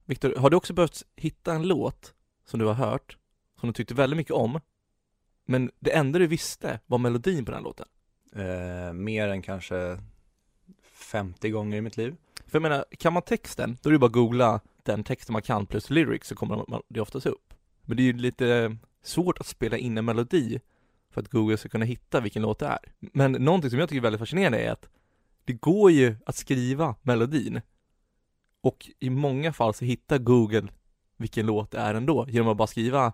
Viktor, har du också behövt hitta en låt som du har hört, som du tyckte väldigt mycket om, men det enda du visste var melodin på den låten? Mer än kanske 50 gånger i mitt liv. För jag menar, kan man texten, då är det bara att googla den texten man kan plus lyrics, så kommer det oftast upp. Men det är ju lite svårt att spela in en melodi för att Google ska kunna hitta vilken låt det är. Men någonting som jag tycker är väldigt fascinerande är att det går ju att skriva melodin. Och i många fall så hittar Google vilken låt det är ändå genom att bara skriva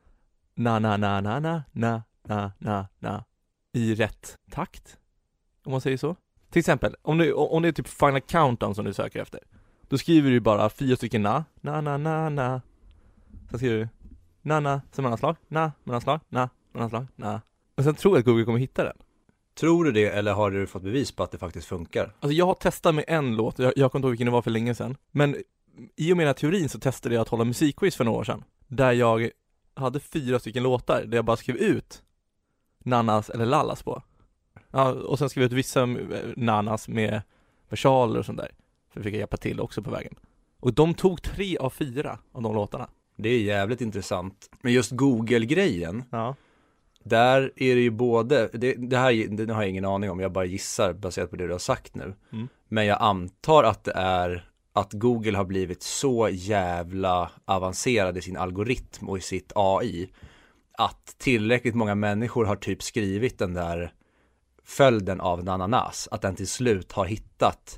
na na na na na na na na na i rätt takt, om man säger så. Till exempel, om det är typ Final Countdown som du söker efter, då skriver du bara 4 stycken na na na na na. Sen skriver du na na som mellanslag, na mellanslag, na mellanslag, na. Och sen tror jag att Google kommer hitta den. Tror du det, eller har du fått bevis på att det faktiskt funkar? Alltså jag har testat med en låt, jag kommer inte ihåg vilken det var för länge sedan. Men i och med den här teorin så testade jag att hålla musikquiz för några år sedan. Där jag hade 4 stycken låtar där jag bara skrev ut nanas eller lallas på. Ja, och sen skrev jag ut vissa nanas med versaler och sånt där. För att fick jag hjälpa till också på vägen. Och de tog 3 av 4 av de låtarna. Det är jävligt intressant. Men just Google-grejen, Ja. där är det ju både, det här har jag ingen aning om, jag bara gissar baserat på det du har sagt nu. Mm. Men jag antar att det är att Google har blivit så jävla avancerad i sin algoritm och i sitt AI att tillräckligt många människor har typ skrivit den där följden av nananas, att den till slut har hittat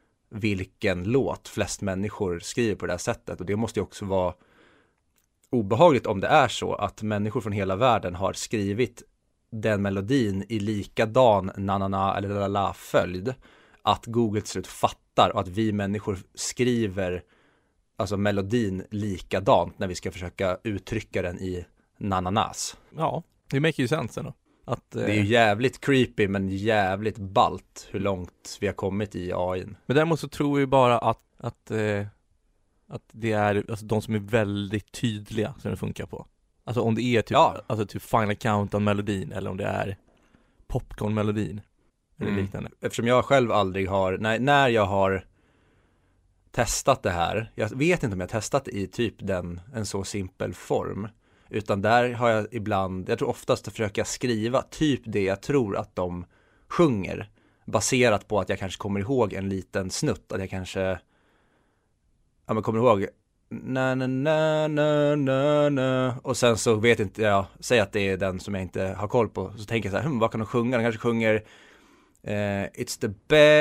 vilken låt flest människor skriver på det här sättet. Och det måste ju också vara obehagligt om det är så att människor från hela världen har skrivit den melodin i likadan nanana eller lalala följd, att Google till slut fattar och att vi människor skriver alltså melodin likadant när vi ska försöka uttrycka den i nananas. Ja, det make ju sense ändå. Att, det är ju jävligt creepy men jävligt ballt hur långt vi har kommit i AI. Men däremot så tror jag bara att det är alltså de som är väldigt tydliga som det funkar på. Alltså om det är typ, alltså typ Final Countdown-melodin eller om det är Popcorn-melodin eller liknande. Eftersom jag själv aldrig har, när jag har testat det här, jag vet inte om jag har testat det i typ en så simpel form, utan där har jag ibland, jag tror oftast att försöka skriva typ det jag tror att de sjunger, baserat på att jag kanske kommer ihåg en liten snutt, att jag kanske kommer ihåg na na na na na na, och sen så vet inte jag, säg att det är den som jag inte har koll på, så tänker jag så här, vad kan de sjunga? De kanske sjunger It's the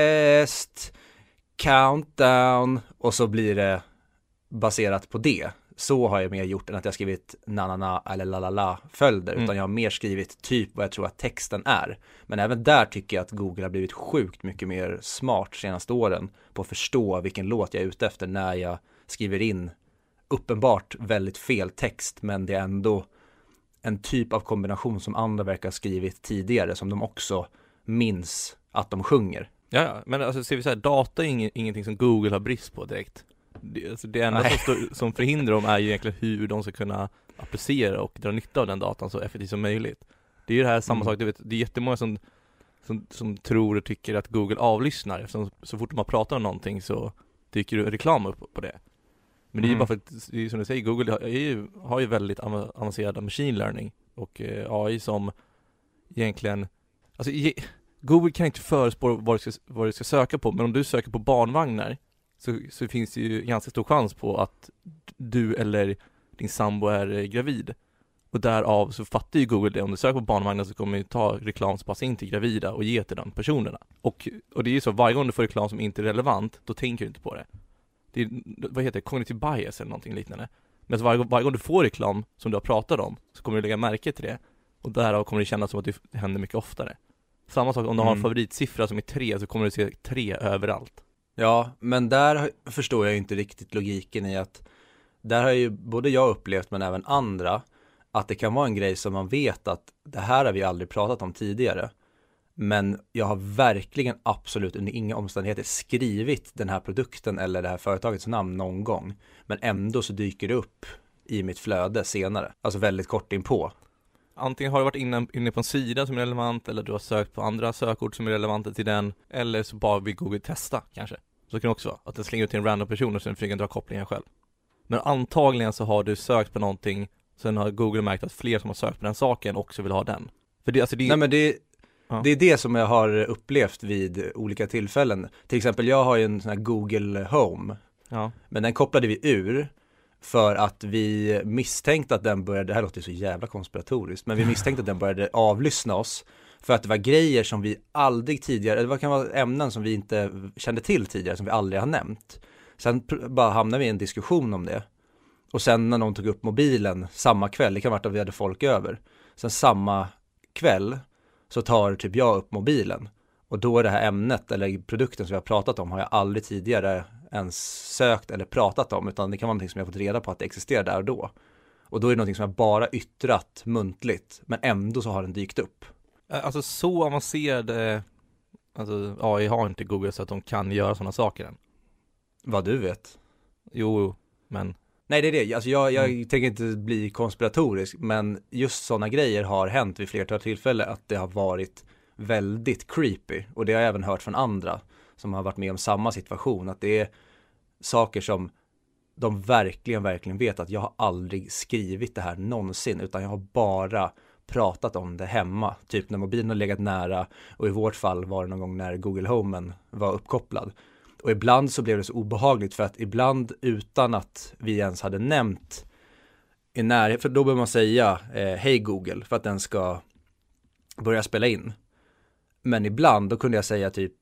best countdown, och så blir det baserat på det. Så har jag mer gjort än att jag skrivit nanana eller lalala följder, utan jag har mer skrivit typ vad jag tror att texten är. Men även där tycker jag att Google har blivit sjukt mycket mer smart senaste åren på att förstå vilken låt jag är ute efter när jag skriver in uppenbart väldigt fel text, men det är ändå en typ av kombination som andra verkar ha skrivit tidigare, som de också minns att de sjunger. Ja, men alltså ser vi så här, data är ingenting som Google har brist på direkt. Det enda som förhindrar dem är ju egentligen hur de ska kunna applicera och dra nytta av den datan så effektivt som möjligt. Det är ju det här samma sak, du vet, det är jättemånga som tror och tycker att Google avlyssnar, eftersom så fort man pratar om någonting så dyker det reklam upp på det. Men det är ju bara för att, det är som du säger, Google har ju väldigt avancerad machine learning och AI som egentligen, alltså Google kan inte förespå vad du ska söka på, men om du söker på barnvagnar så finns det ju ganska stor chans på att du eller din sambo är gravid. Och därav så fattar ju Google det. Om du söker på barnvagnar så kommer du ta reklam som passar in till gravida och ge till de personerna. Och det är ju så, varje gång du får reklam som inte är relevant, då tänker du inte på det. Det är, vad heter det? Cognitive bias eller någonting liknande. Men så varje gång du får reklam som du har pratat om så kommer du lägga märke till det. Och därav kommer det kännas som att det händer mycket oftare. Samma sak om du har en favoritsiffra som är 3 så kommer du se 3 överallt. Ja, men där förstår jag inte riktigt logiken i att där har ju både jag upplevt men även andra att det kan vara en grej som man vet att det här har vi aldrig pratat om tidigare. Men jag har verkligen absolut under inga omständigheter skrivit den här produkten eller det här företagets namn någon gång. Men ändå så dyker det upp i mitt flöde senare. Alltså väldigt kort inpå. Antingen har du varit inne på en sida som är relevant, eller du har sökt på andra sökord som är relevanta till den, eller så bara vill Google testa kanske. Så kan det också vara att den slänger ut till en random person och sen försöker dra kopplingen själv. Men antagligen så har du sökt på någonting, sen har Google märkt att fler som har sökt på den saken också vill ha den. För det, alltså det... Nej, men det är det som jag har upplevt vid olika tillfällen. Till exempel jag har ju en sån här Google Home. Ja. Men den kopplade vi ur för att vi misstänkte att den började, det här låter ju så jävla konspiratoriskt, men vi misstänkte att den började avlyssna oss för att det var grejer som vi aldrig tidigare, det kan vara ämnen som vi inte kände till tidigare, som vi aldrig har nämnt. Sen bara hamnade vi i en diskussion om det. Och sen när någon tog upp mobilen samma kväll, det kan vara att vi hade folk över. Sen samma kväll så tar typ jag upp mobilen. Och då är det här ämnet eller produkten som vi har pratat om har jag aldrig tidigare ens sökt eller pratat om, utan det kan vara någonting som jag fått reda på att det existerar där och då. Och då är det någonting som jag bara yttrat muntligt, men ändå så har den dykt upp. Alltså så avancerade, alltså AI har inte Google så att de kan göra sådana saker än. Vad du vet. Jo, men... Nej, det är det. Alltså jag tänker inte bli konspiratorisk, men just sådana grejer har hänt vid flertal tillfällen att det har varit väldigt creepy. Och det har jag även hört från andra som har varit med om samma situation, att det är saker som de verkligen vet att jag har aldrig skrivit det här någonsin, utan jag har bara pratat om det hemma, typ när mobilen har legat nära, och i vårt fall var det någon gång när Google Homen var uppkopplad. Och ibland så blev det så obehagligt för att ibland utan att vi ens hade nämnt i närhet, för då behöver man säga hej Google för att den ska börja spela in. Men ibland då kunde jag säga typ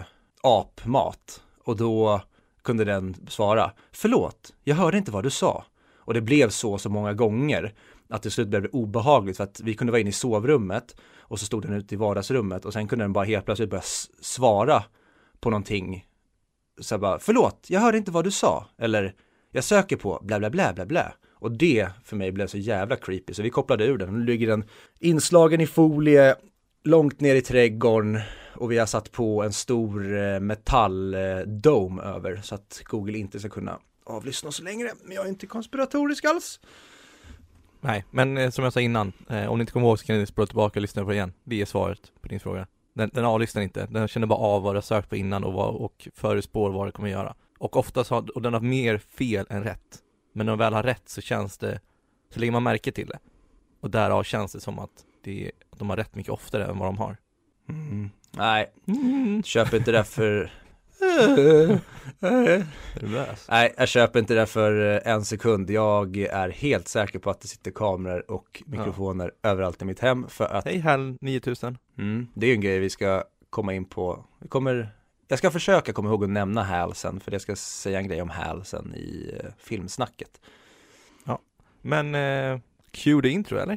apmat, och då kunde den svara förlåt, jag hörde inte vad du sa. Och det blev så många gånger att till slut blev det obehagligt, för att vi kunde vara inne i sovrummet och så stod den ute i vardagsrummet och sen kunde den bara helt plötsligt börja svara på någonting. Så bara, förlåt, jag hörde inte vad du sa. Eller, jag söker på bla bla bla bla bla. Och det för mig blev så jävla creepy. Så vi kopplade ur den. Nu ligger den inslagen i folie långt ner i trädgården. Och vi har satt på en stor metalldome över. Så att Google inte ska kunna avlyssna oss längre. Men jag är inte konspiratorisk alls. Nej, men som jag sa innan, om ni inte kommer ihåg så kan ni spola tillbaka och lyssna på det igen. Det är svaret på din fråga. Den avlyssnar inte. Den känner bara av vad du har sökt på innan och förutspår vad det kommer göra. Och oftast och den har mer fel än rätt. Men när de väl har rätt så känns det, så lägger man märke till det. Och därav känns det som att de har rätt mycket oftare än vad de har. Nej, köper inte det för... Nej, jag köper inte det för en sekund. Jag är helt säker på att det sitter kameror och mikrofoner överallt i mitt hem för att... Hej HAL 9000. Det är ju en grej vi ska komma in på. Jag ska försöka komma ihåg att nämna HAL sen, för jag ska säga en grej om HAL sen i filmsnacket. Ja, men cue det intro eller?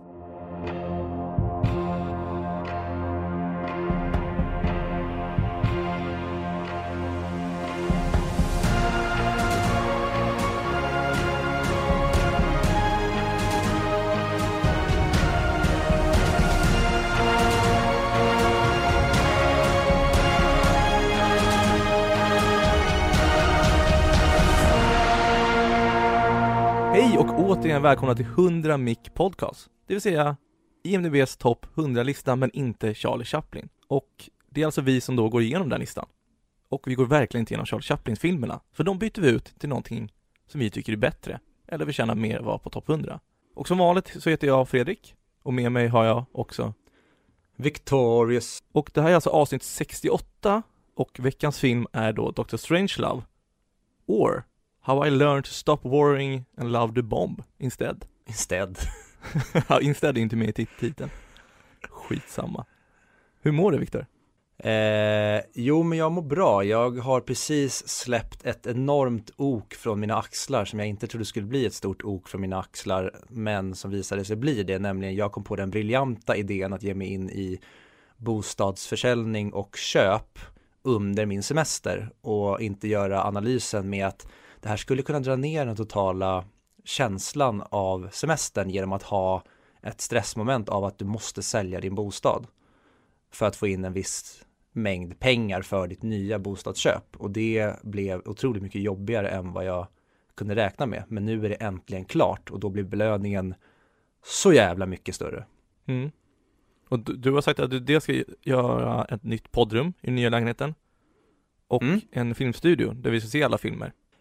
Hej och återigen välkomna till 100 Mic Podcast. Det vill säga IMDb:s topp 100-lista, men inte Charlie Chaplin. Och det är alltså vi som då går igenom den listan. Och vi går verkligen inte igenom Charlie Chaplin-filmerna. För de byter vi ut till någonting som vi tycker är bättre. Eller förtjänar mer att vara på topp 100. Och som vanligt så heter jag Fredrik. Och med mig har jag också Victorious. Och det här är alltså avsnitt 68. Och veckans film är då Dr. Strangelove. Or How I Learned to Stop Worrying and Love the Bomb Instead. Ja, instead är inte med i titeln. Skitsamma. Hur mår du, Victor? Jo, men jag mår bra. Jag har precis släppt ett enormt ok från mina axlar som jag inte trodde skulle bli ett stort ok från mina axlar, men som visade sig bli det. Nämligen jag kom på den briljanta idén att ge mig in i bostadsförsäljning och köp under min semester och inte göra analysen med att det här skulle kunna dra ner den totala känslan av semestern genom att ha ett stressmoment av att du måste sälja din bostad för att få in en viss mängd pengar för ditt nya bostadsköp. Och det blev otroligt mycket jobbigare än vad jag kunde räkna med. Men nu är det äntligen klart och då blir belöningen så jävla mycket större. Mm. Och du har sagt att du dels ska göra ett nytt poddrum i den nya lägenheten och en filmstudio där vi ska se alla filmer.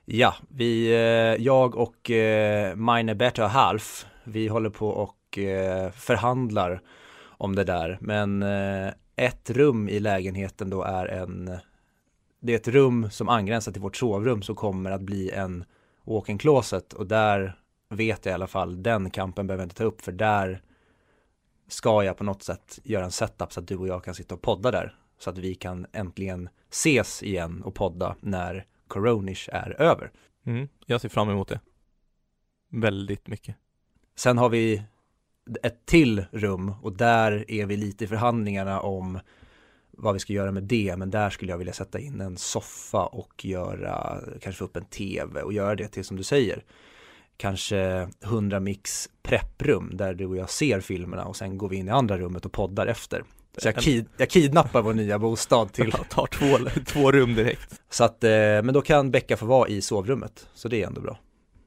Ja, jag och Meine Better Half, vi håller på och förhandlar om det där. Men ett rum i lägenheten då det är ett rum som angränsar till vårt sovrum som kommer att bli en walk-in closet. Och där vet jag i alla fall, den kampen behöver jag inte ta upp, för där ska jag på något sätt göra en setup så att du och jag kan sitta och podda där. Så att vi kan äntligen ses igen och podda när Coronish är över. Jag ser fram emot det. Väldigt mycket. Sen har vi ett till rum och där är vi lite i förhandlingarna om vad vi ska göra med det. Men där skulle jag vilja sätta in en soffa och kanske få upp en tv och göra det till, som du säger, kanske 100 mix prepprum där du och jag ser filmerna och sen går vi in i andra rummet och poddar efter. Så jag kidnappar vår nya bostad till. Jag tar två rum direkt. Så att, men då kan Becka få vara i sovrummet. Så det är ändå bra.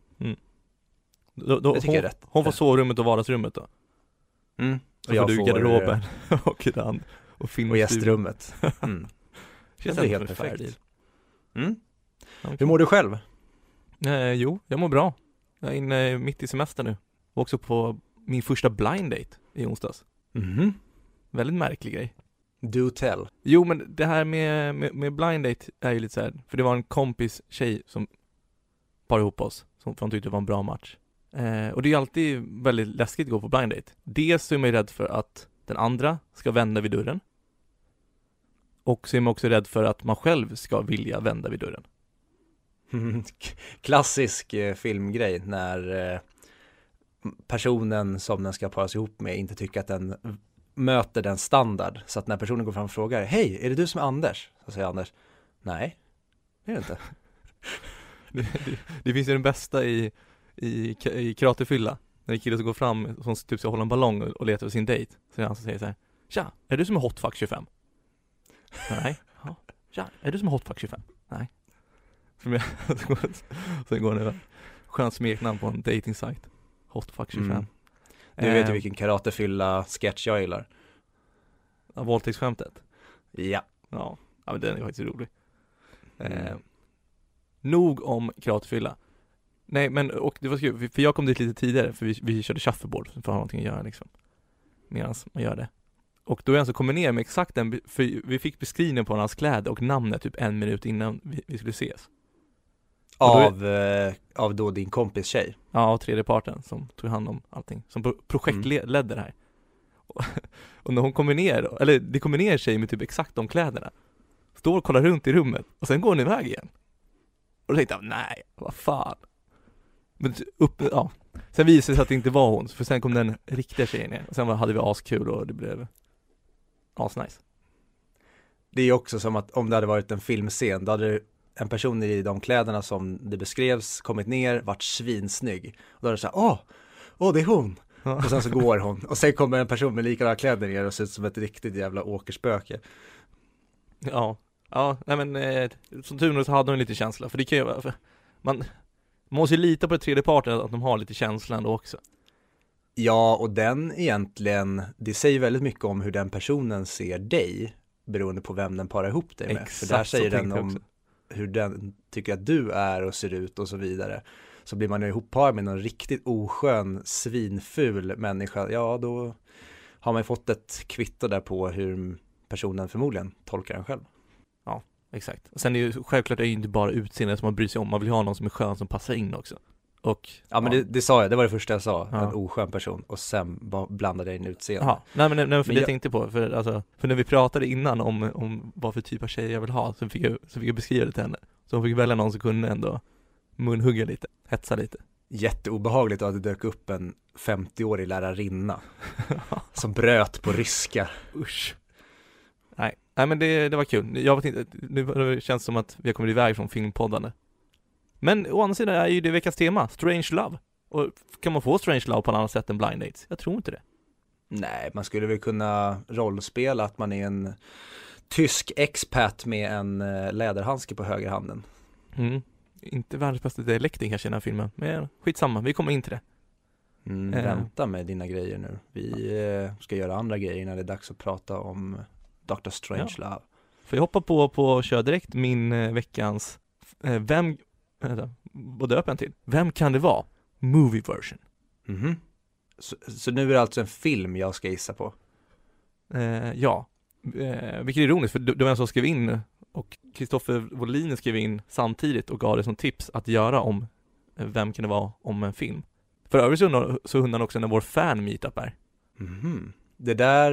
Det tycker jag är rätt. Hon får sovrummet och vardagsrummet då. Så får du garderoben och och gästrummet. Det är helt perfekt. Okay. Hur mår du själv? Jo, jag mår bra. Jag är inne mitt i semester nu. Och också på min första blind date i onsdags. Väldigt märklig grej. Do tell. Jo, men det här med blind date är ju lite så här, för det var en kompis tjej som par ihop oss, som tyckte det var en bra match. Och det är alltid väldigt läskigt att gå på blind date. Dels så är man ju rädd för att den andra ska vända vid dörren. Och så är man också rädd för att man själv ska vilja vända vid dörren. Klassisk filmgrej när personen som den ska paras ihop med inte tycker att den möter den standard. Så att när personen går fram och frågar: hej, är det du som är Anders? Så säger Anders: nej, det är det inte. Det finns ju den bästa i karatefylla. När det är killar som går fram som typ ska hålla en ballong och letar för sin dejt. Så är det han som säger så här: tja, är du som är hotfuck 25? Nej. Ja. Tja, är du som är hotfuck 25? Nej. Sen går det skönt smeknamn på en dating site. Hotfuck 25. Du vet ju vilken karatefylla sketch jag gillar. Våldtäktsskämtet. Ja, men den är faktiskt rolig. Nog om karatefylla. Nej, men och det var kul, för jag kom dit lite tidigare, för vi körde shuffleboard för att ha någonting att göra liksom. Medan man gör det. Och då är han så kommer ner med exakt den, för vi fick beskrivningen på hans kläder och namnet typ 1 minut innan vi skulle ses. Av då din kompis tjej? Ja, av tredje parten som tog hand om allting. Som projektledde det här. Och när hon kommer ner, eller det kommer ner en tjej med typ exakt de kläderna. Står och kollar runt i rummet och sen går hon iväg igen. Och då tänkte jag, nej, vad fan. Men sen visade det sig att det inte var hon, för sen kom den riktiga tjejen ner. Och sen hade vi askul och det blev asnice. Det är också som att om det hade varit en filmscen, då hade en person i de kläderna som det beskrevs kommit ner, varit svinsnygg. Och då är det så här, åh, det är hon. Ja. Och sen så går hon. Och sen kommer en person med likadana kläder ner och ser ut som ett riktigt jävla åkerspöke. Ja, nej men som tur nu så hade hon lite känsla. För det kan ju vara, man måste ju lita på det tredje parten att de har lite känsla ändå också. Ja, och den egentligen, det säger väldigt mycket om hur den personen ser dig, beroende på vem den parar ihop dig med. Exakt, för där säger den om också hur den tycker att du är och ser ut och så vidare. Så blir man ju ihopparad med någon riktigt oskön, svinful människa, ja då har man fått ett kvitto där på hur personen förmodligen tolkar den själv. Ja, exakt. Och sen är ju självklart är det ju inte bara utseende som man bryr sig om, man vill ha någon som är skön som passar in också. Och, men det sa jag, det var det första jag sa, en oskön person, och sen blandade jag in utseende. Ja, nej, för det tänkte på, för när vi pratade innan om vad för typ av tjej jag vill ha, så fick jag beskriva det till henne. Så hon fick välja någon som kunde ändå munhugga lite, hetsa lite. Jätteobehagligt att det dök upp en 50-årig lärarinna som bröt på ryska. Usch. Nej, men det var kul. Jag vet inte, nu känns det som att vi har kommit iväg från filmpoddande. Men å andra sidan är ju det veckans tema, Strange Love. Och kan man få Strange Love på ett annat sätt än blind dates? Jag tror inte det. Nej, man skulle väl kunna rollspela att man är en tysk expat med en läderhandske på höger handen. Inte världens bästa dialekting kanske i den här filmen. Men skitsamma, vi kommer in till det. Vänta med dina grejer nu. Vi ska göra andra grejer när det är dags att prata om Dr. Strange Love. För jag hoppar på att köra direkt min veckans vad döper han till? Vem kan det vara? Movie version. Mhm. Så nu är det alltså en film jag ska gissa på? Ja. Vilket är ironiskt, för det var en som skrev in, och Kristoffer Wåhlin skrev in samtidigt och gav det som tips att göra om vem kan det vara om en film. För övrigt så undrar han också när vår fan-meetup är. Mhm. Det där...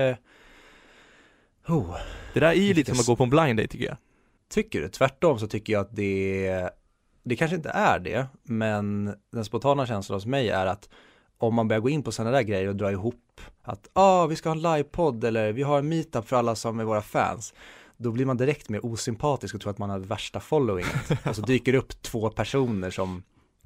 Det där är ju lite som att gå på en blind day, tycker jag. Tycker du? Tvärtom så tycker jag att det kanske inte är det, men den spontana känslan hos mig är att om man börjar gå in på sådana där grejer och dra ihop att vi ska ha en livepodd eller vi har en meetup för alla som är våra fans, då blir man direkt mer osympatisk och tror att man har värsta following. Och så dyker det upp 2 personer som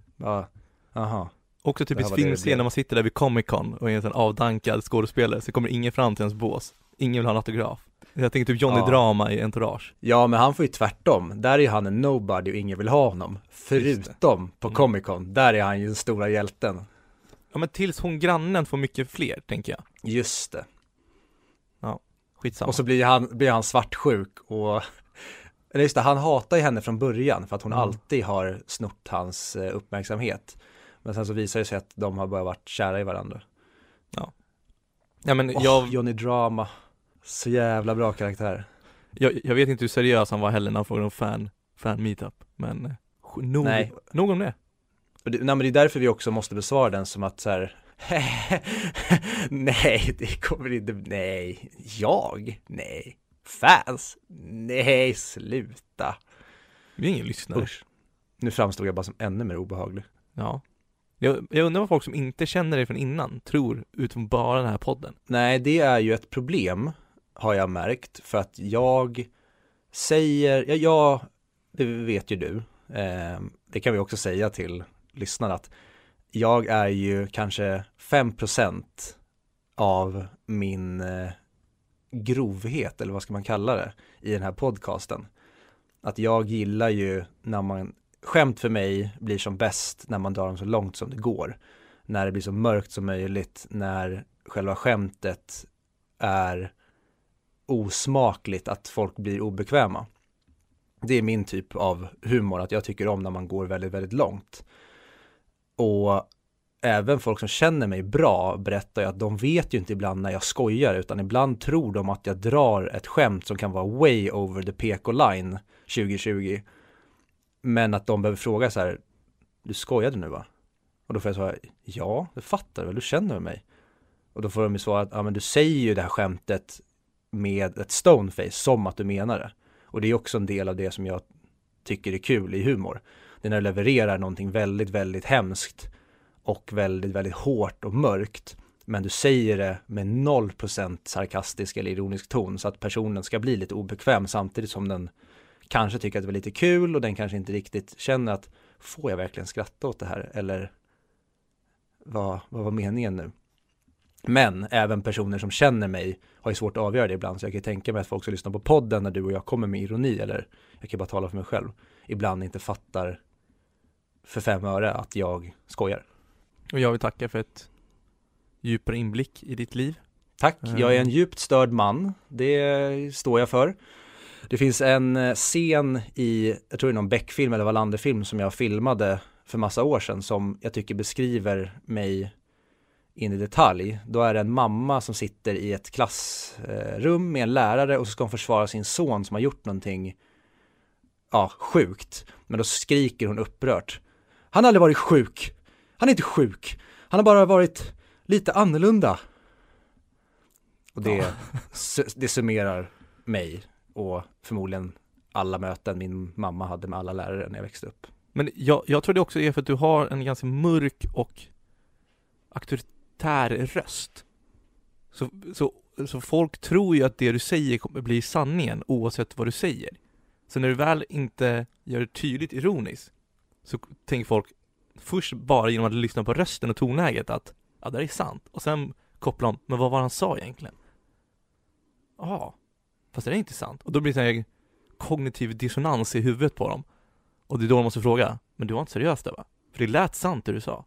Också typiskt filmscen när man sitter där vid Comic Con och är en sån avdankad skådespelare, så kommer ingen fram till ens bås. Ingen vill ha en autograf. Jag tänker typ Johnny Drama i Entourage. Ja, men han får ju tvärtom. Där är han en nobody och ingen vill ha honom. Förutom på Comic Con, där är han ju den stora hjälten. Ja, men tills hon grannen får mycket fler, tänker jag. Just det. Ja, skitsamma. Och så blir han svartsjuk och... Eller just det, han hatar ju henne från början för att hon alltid har snort hans uppmärksamhet. Men sen så visar det sig att de har bara varit kära i varandra. Ja, men Johnny Drama. Så jävla bra karaktär. Jag vet inte hur seriös han var heller när han frågade om fan meetup. Men nog om det. Nej, men det är därför vi också måste besvara den som att så här... nej, det kommer inte... Nej. Fans? Nej, sluta. Vi är ingen lyssnare. Usch. Nu framstod jag bara som ännu mer obehaglig. Ja. Jag undrar vad folk som inte känner dig från innan tror utifrån bara den här podden. Nej, det är ju ett problem, har jag märkt. För att jag säger, det vet ju du. Det kan vi också säga till lyssnarna att jag är ju kanske 5% av min grovhet, eller vad ska man kalla det, i den här podcasten. Att jag gillar ju när skämt för mig blir som bäst när man drar dem så långt som det går. När det blir så mörkt som möjligt, när själva skämtet är osmakligt, att folk blir obekväma. Det är min typ av humor, att jag tycker om när man går väldigt, väldigt långt. Och även folk som känner mig bra berättar ju att de vet ju inte ibland när jag skojar, utan ibland tror de att jag drar ett skämt som kan vara way over the PK line 2020. Men att de behöver fråga så här: du skojade nu, va? Och då får jag svara, ja, det fattar väl, du känner med mig. Och då får de ju svara att men du säger ju det här skämtet med ett stoneface som att du menar det. Och det är också en del av det som jag tycker är kul i humor. Det är när du levererar någonting väldigt, väldigt hemskt och väldigt, väldigt hårt och mörkt, men du säger det med 0% sarkastisk eller ironisk ton, så att personen ska bli lite obekväm samtidigt som den kanske tycker att det var lite kul, och den kanske inte riktigt känner att får jag verkligen skratta åt det här, eller vad var meningen nu? Men även personer som känner mig har ju svårt att avgöra det ibland, så jag kan tänka mig att folk som lyssnar på podden när du och jag kommer med ironi, eller jag kan bara tala för mig själv, ibland inte fattar för 5 öre att jag skojar. Och jag vill tacka för ett djupare inblick i ditt liv. Tack, jag är en djupt störd man, det står jag för. Det finns en scen i, jag tror det är någon Beck-film eller Wallander-film som jag filmade för massa år sedan, som jag tycker beskriver mig in i detalj. Då är det en mamma som sitter i ett klassrum med en lärare, och så ska hon försvara sin son som har gjort någonting sjukt. Men då skriker hon upprört: han har aldrig varit sjuk. Han är inte sjuk. Han har bara varit lite annorlunda. Och det summerar mig och förmodligen alla möten min mamma hade med alla lärare när jag växte upp. Men jag tror det också är för att du har en ganska mörk och auktoritär röst. Så folk tror ju att det du säger kommer bli sanningen oavsett vad du säger. Så när du väl inte gör det tydligt ironiskt, så tänker folk först bara genom att lyssna på rösten och tonläget att det är sant. Och sen kopplar de, men vad var han sa egentligen? Fast det är inte sant. Och då blir det en kognitiv dissonans i huvudet på dem. Och det är då de måste fråga, men du var inte seriös där, va? För det lät sant det du sa.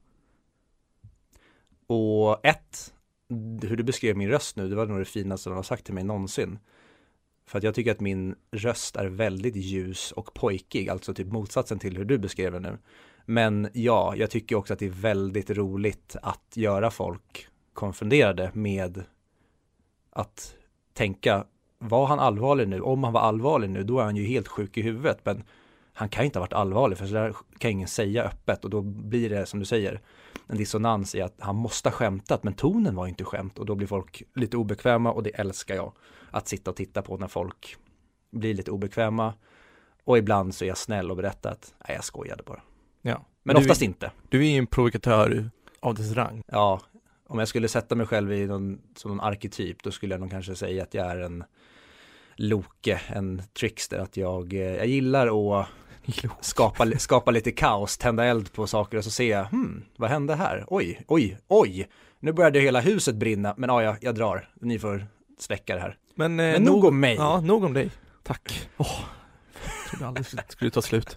Och hur du beskrev min röst nu, det var nog det finaste de har sagt till mig någonsin. För att jag tycker att min röst är väldigt ljus och pojkig, alltså typ motsatsen till hur du beskrev det nu. Men ja, jag tycker också att det är väldigt roligt att göra folk konfunderade med att tänka, var han allvarlig nu? Om han var allvarlig nu, då är han ju helt sjuk i huvudet. Men han kan ju inte ha varit allvarlig, för så där kan ingen säga öppet. Och då blir det, som du säger, en dissonans i att han måste ha skämtat, men tonen var ju inte skämt. Och då blir folk lite obekväma, och det älskar jag. Att sitta och titta på när folk blir lite obekväma. Och ibland så är jag snäll och berättar att nej, jag skojade bara. Ja. Men oftast inte. Du är ju en provokatör av dess rang. Ja, om jag skulle sätta mig själv i som någon arketyp, då skulle jag nog kanske säga att jag är en Loke, en trickster. Att jag gillar att skapa lite kaos, tända eld på saker och så se jag, vad hände här? Oj, nu började hela huset brinna, men ja, jag drar. Ni får släcka det här. Men nog om mig. Ja, nog om dig. Tack. Jag trodde aldrig skulle ta slut.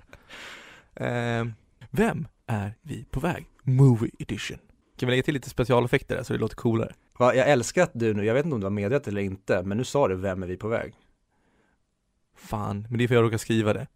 Vem är vi på väg? Movie edition. Kan vi lägga till lite specialeffekter där så det låter coolare? Ja, jag älskar att du nu, jag vet inte om du var medvetet eller inte, men nu sa du vem är vi på väg? Fan, men det är för jag råkar skriva det.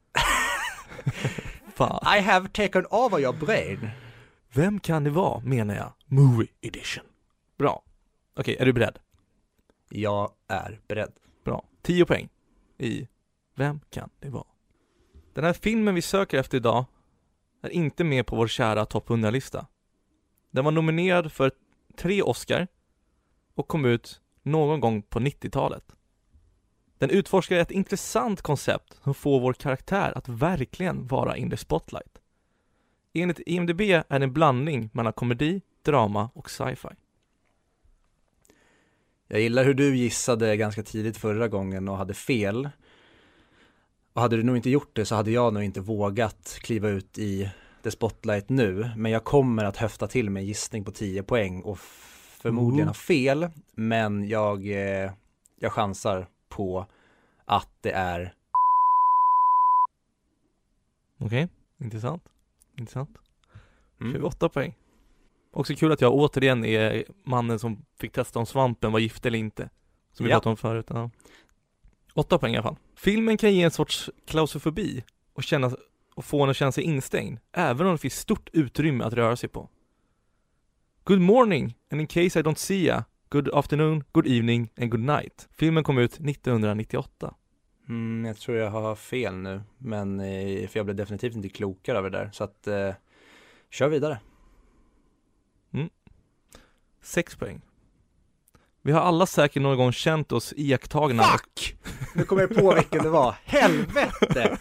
Fan. I have taken over your brain. Vem kan det vara, menar jag? Movie edition. Bra. Okej, är du beredd? Jag är beredd. Bra. 10 poäng i Vem kan det vara? Den här filmen vi söker efter idag är inte med på vår kära topp 100-lista. Den var nominerad för 3 Oscar och kom ut någon gång på 90-talet. Den utforskar ett intressant koncept som får vår karaktär att verkligen vara in the spotlight. Enligt IMDb är det en blandning mellan komedi, drama och sci-fi. Jag gillar hur du gissade ganska tidigt förra gången och hade fel. Och hade du nog inte gjort det så hade jag nog inte vågat kliva ut i the spotlight nu. Men jag kommer att höfta till med en gissning på 10 poäng och förmodligen ha fel. Men jag chansar på att det är... Okej, intressant. 28 poäng. Också kul att jag återigen är mannen som fick testa om svampen var gift eller inte. Som vi pratade om förut. Ja. 8 poäng i alla fall. Filmen kan ge en sorts klaustrofobi och få en att känna sig instängd, även om det finns stort utrymme att röra sig på. Good morning, and in case I don't see ya, good afternoon, good evening and good night. Filmen kom ut 1998. Jag tror jag har fel nu, men för jag blev definitivt inte klokare över det där. Så att, kör vidare. 6 poäng. Vi har alla säkert någon gång känt oss iakttagna. Fuck! Nu kommer jag på vilken det var. Helvete!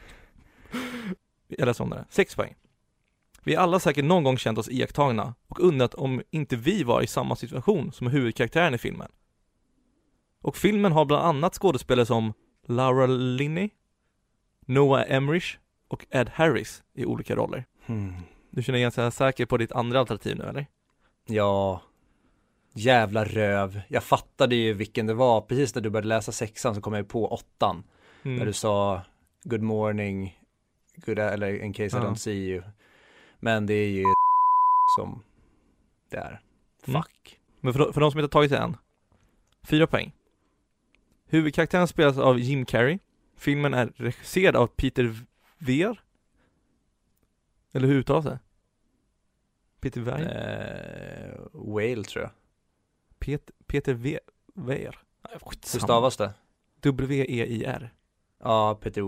Jag läser om det där. 6 poäng. Vi har alla säkert någon gång känt oss iakttagna och undrat om inte vi var i samma situation som huvudkaraktären i filmen. Och filmen har bland annat skådespelare som Laura Linney, Noah Emmerich och Ed Harris i olika roller. Du känner ganska säker på ditt andra alternativ nu, eller? Ja, jävla röv. Jag fattade ju vilken det var. Precis när du började läsa 6:an så kom jag på 8:an. När du sa good morning, eller in case I don't see you. Men det är ju som det är. Fuck. Men för de som inte har tagit det än. 4 poäng. Huvudkaraktären spelas av Jim Carrey. Filmen är regisserad av Peter Weir. Eller hur uttalas det? Peter Weir? Whale tror jag. Peter Weir. Hur stavas det? W-E-I-R. Ja, Peter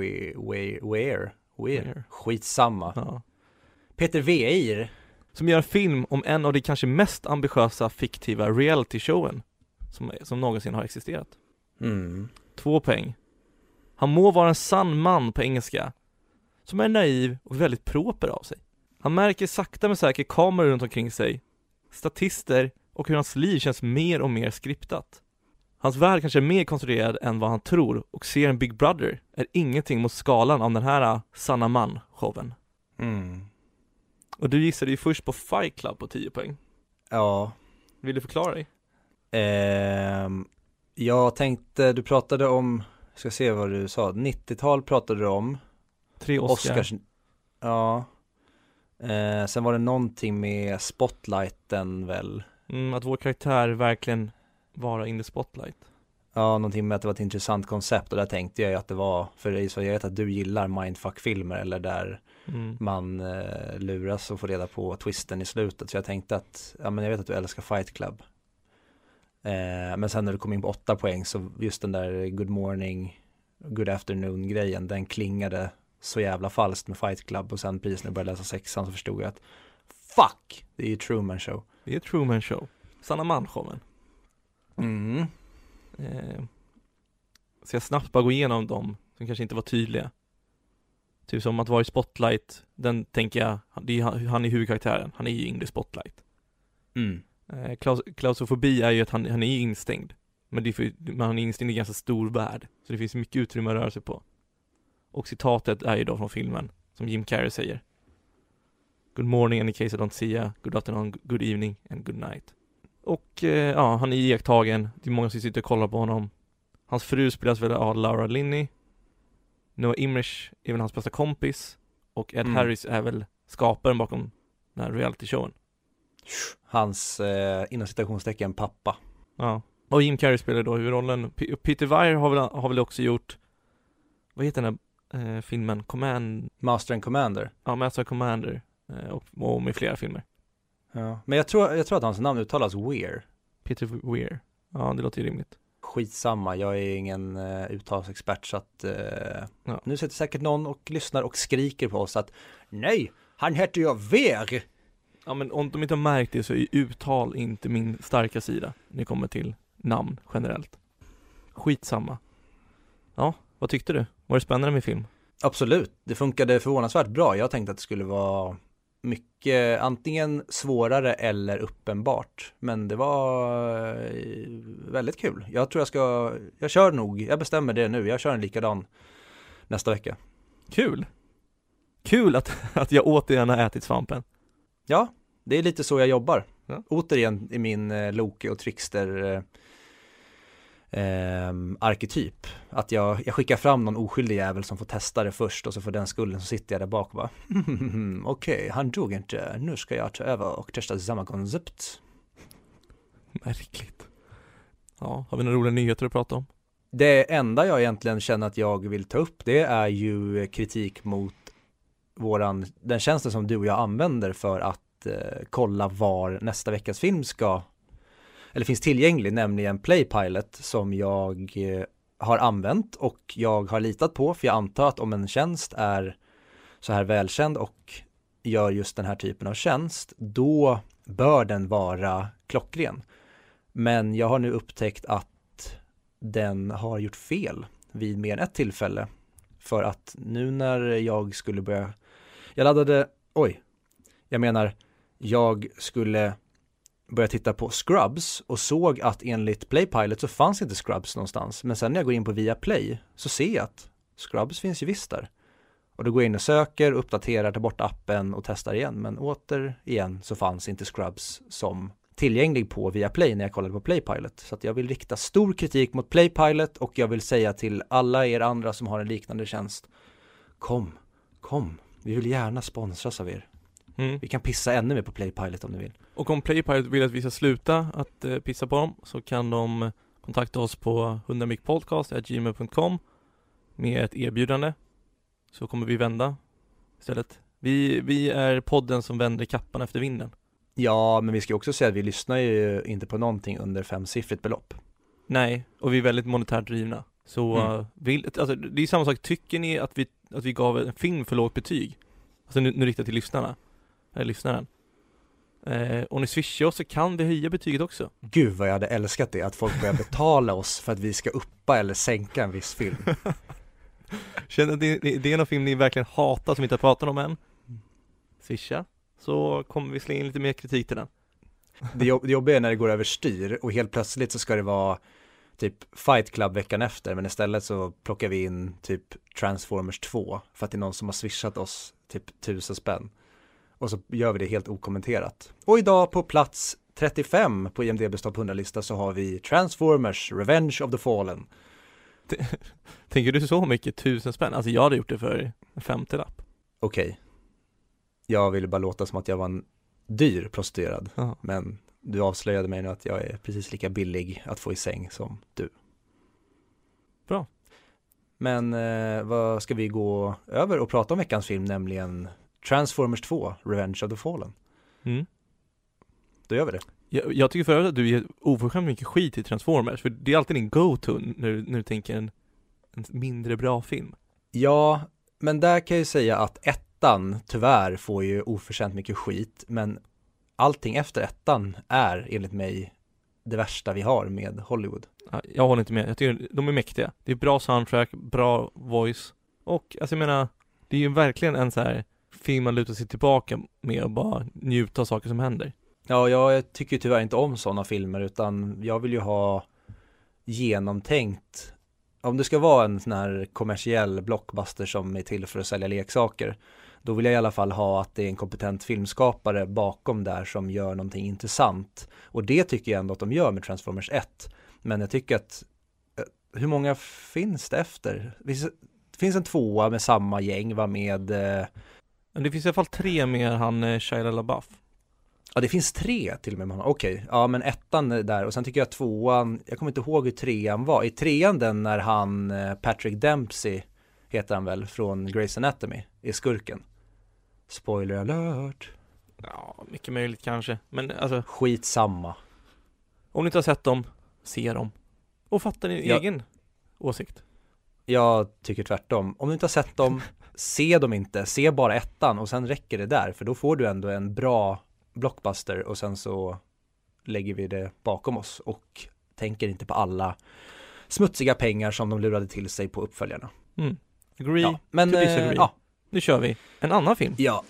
Weir. Skitsamma. Ja. Peter Weir. Som gör en film om en av de kanske mest ambitiösa fiktiva reality-showen som någonsin har existerat. 2 poäng. Han må vara en sann man på engelska, som är naiv och väldigt proper av sig. Han märker sakta men säkert kameror runt omkring sig, statister och hur hans liv känns mer och mer skriptat. Hans värld kanske är mer konstruerad än vad han tror och ser en Big Brother är ingenting mot skalan av den här sanna man-showen. Och du gissade ju först på Fight Club på 10 poäng. Ja. Vill du förklara dig? Jag tänkte, du pratade om, ska se vad du sa, 90-tal pratade du om. 3 Oscars. Ja. Sen var det någonting med spotlighten väl. Att vår karaktär verkligen vara in the spotlight. Ja, någonting med att det var ett intressant koncept och där tänkte jag ju att det var, för det är så jag vet att du gillar mindfuck-filmer eller där man luras och får reda på twisten i slutet, så jag tänkte att, ja men jag vet att du älskar Fight Club. Men sen när du kom in på 8 poäng så just den där good morning, good afternoon grejen, den klingade så jävla falskt med Fight Club och sen precis när jag började läsa 6:an så förstod jag att fuck, det är ju Truman Show. Det är Truman Show. Sanna Man-showen. Så jag snabbt bara gå igenom dem som kanske inte var tydliga. Typ som att vara i Spotlight, den tänker jag, han är huvudkaraktären, han är ju in i Spotlight. Klaustrofobi är ju att han är instängd. Men han är instängd i en ganska stor värld. Så det finns mycket utrymme att röra sig på. Och citatet är ju då från filmen, som Jim Carrey säger. Good morning in case I don't see ya, good afternoon, good evening and good night. Och ja, han är iakttagen. Det är många som sitter och kollar på honom. Hans fru spelas väl av Laura Linney. Noah Emmerich är väl hans bästa kompis. Och Ed Harris är väl skaparen bakom den här reality-showen. Hans, inom citationstecken, pappa. Ja. Och Jim Carrey spelar då huvudrollen. Peter Weir har väl också gjort, vad heter den här filmen? Master and Commander. Ja, Master and Commander. Och med flera filmer. Ja. Men jag tror att hans namn uttalas Weir. Peter Weir. Ja, det låter ju rimligt. Skitsamma, jag är ingen uttalsexpert så att nu sitter säkert någon och lyssnar och skriker på oss att nej, han heter ju Weir. Ja, men om de inte har märkt det så är uttal inte min starka sida när det kommer till namn generellt. Skitsamma. Ja, vad tyckte du? Var det spännande med film? Absolut, det funkade förvånansvärt bra. Jag tänkte att det skulle vara mycket antingen svårare eller uppenbart. Men det var väldigt kul. Jag tror jag bestämmer det nu. Jag kör en likadan nästa vecka. Kul! Kul att jag återigen har ätit svampen. Ja, det är lite så jag jobbar. Ja. Återigen i min Loke och Trickster arketyp. Att jag skickar fram någon oskyldig jävel som får testa det först och så för den skulden så sitter jag där bak och bara okej, han dog inte. Nu ska jag ta över och testa samma koncept. Märkligt. Ja, har vi några roliga nyheter att prata om? Det enda jag egentligen känner att jag vill ta upp, det är ju kritik mot den tjänsten som du och jag använder för att kolla var nästa veckas film finns tillgänglig, nämligen Playpilot, som jag har använt och jag har litat på, för jag antar att om en tjänst är så här välkänd och gör just den här typen av tjänst, då bör den vara klockren. Men jag har nu upptäckt att den har gjort fel vid mer än ett tillfälle, för att nu när jag skulle börja titta på Scrubs och såg att enligt Playpilot så fanns inte Scrubs någonstans. Men sen när jag går in på Viaplay så ser jag att Scrubs finns ju visst där. Och då går jag in och söker, uppdaterar, tar bort appen och testar igen. Men återigen så fanns inte Scrubs som tillgänglig på Viaplay när jag kollade på Playpilot. Så att jag vill rikta stor kritik mot Playpilot och jag vill säga till alla er andra som har en liknande tjänst: Kom, vi vill gärna sponsras av er. Vi kan pissa ännu mer på Playpilot om ni vill. Och om Playpilot vill att vi ska sluta att pissa på dem så kan de kontakta oss på 100micpodcast@gmail.com med ett erbjudande. Så kommer vi vända istället. Vi är podden som vänder kappan efter vinden. Ja, men vi ska också säga att vi lyssnar ju inte på någonting under 5-siffrigt belopp. Nej, och vi är väldigt monetärt drivna. Så det är samma sak. Tycker ni att vi gav en film för lågt betyg? Alltså nu riktat till lyssnaren. Och ni swishar oss så kan vi höja betyget också. Gud vad jag hade älskat det, att folk börjar betala oss för att vi ska uppa eller sänka en viss film. Känner att det är någon film ni verkligen hatar som vi inte har pratat om än? Swisha, så kommer vi slå in lite mer kritik till den. Det jobbiga är när det går över styr och helt plötsligt så ska det vara typ Fight Club veckan efter, men istället så plockar vi in typ Transformers 2 för att det är någon som har swishat oss typ 1000 spänn. Och så gör vi det helt okommenterat. Och idag på plats 35 på IMDb's topp 100-lista så har vi Transformers Revenge of the Fallen. Tänker du så mycket 1000 spänn? Alltså jag hade gjort det för en 50-lapp. Okej. Jag ville bara låta som att jag var en dyr prostituerad. Men du avslöjade mig nu att jag är precis lika billig att få i säng som du. Bra. Men vad ska vi gå över och prata om veckans film, nämligen Transformers 2, Revenge of the Fallen. Då gör vi det. Jag tycker för övrigt att du ger oförskämt mycket skit i Transformers, för det är alltid din go-to när du tänker en mindre bra film. Ja, men där kan jag ju säga att ettan tyvärr får ju oförtjänt mycket skit, men allting efter ettan är enligt mig det värsta vi har med Hollywood. Jag håller inte med. Jag tycker de är mäktiga. Det är bra soundtrack, bra voice. Och alltså jag menar, det är ju verkligen en så här film man lutar sig tillbaka med och bara njuta av saker som händer. Ja, jag tycker tyvärr inte om sådana filmer, utan jag vill ju ha genomtänkt. Om det ska vara en sån här kommersiell blockbuster som är till för att sälja leksaker, då vill jag i alla fall ha att det är en kompetent filmskapare bakom där som gör någonting intressant. Och det tycker jag ändå att de gör med Transformers 1. Men jag tycker att, hur många finns det efter? Det finns en 2 med samma gäng, med... Det finns i alla fall 3 med han Shia LaBeouf. Ja, det finns 3 till och med. Okej, ja, men ettan där. Och sen tycker jag 2:an, jag kommer inte ihåg hur 3:an var. I 3:an den när han, Patrick Dempsey heter han väl, från Grey's Anatomy, är skurken. Spoiler alert. Ja, mycket möjligt kanske. Men alltså, skitsamma. Om ni inte har sett dem, se dem. Och fatta din egen åsikt. Jag tycker tvärtom. Om du inte har sett dem, se dem inte. Se bara ettan och sen räcker det där. För då får du ändå en bra blockbuster och sen så lägger vi det bakom oss och tänker inte på alla smutsiga pengar som de lurade till sig på uppföljarna. Agree, ja, men ja, nu kör vi en annan film. Ja.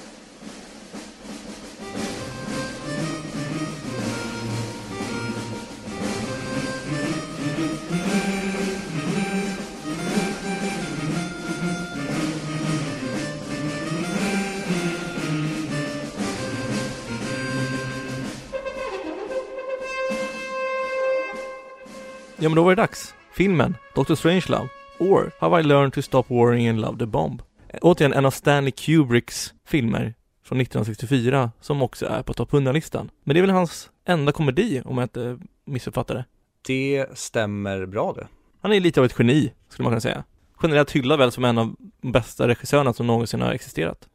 Ja, men då var det dags. Filmen Dr. Strangelove, or Have I Learned to Stop Worrying and Love the Bomb. Återigen en av Stanley Kubricks filmer från 1964 som också är på topp 100-listan. Men det är väl hans enda komedi, om jag inte missuppfattar det. Det stämmer bra det. Han är lite av ett geni, skulle man kunna säga. Generellt hyllad väl som en av de bästa regissörerna som någonsin har existerat.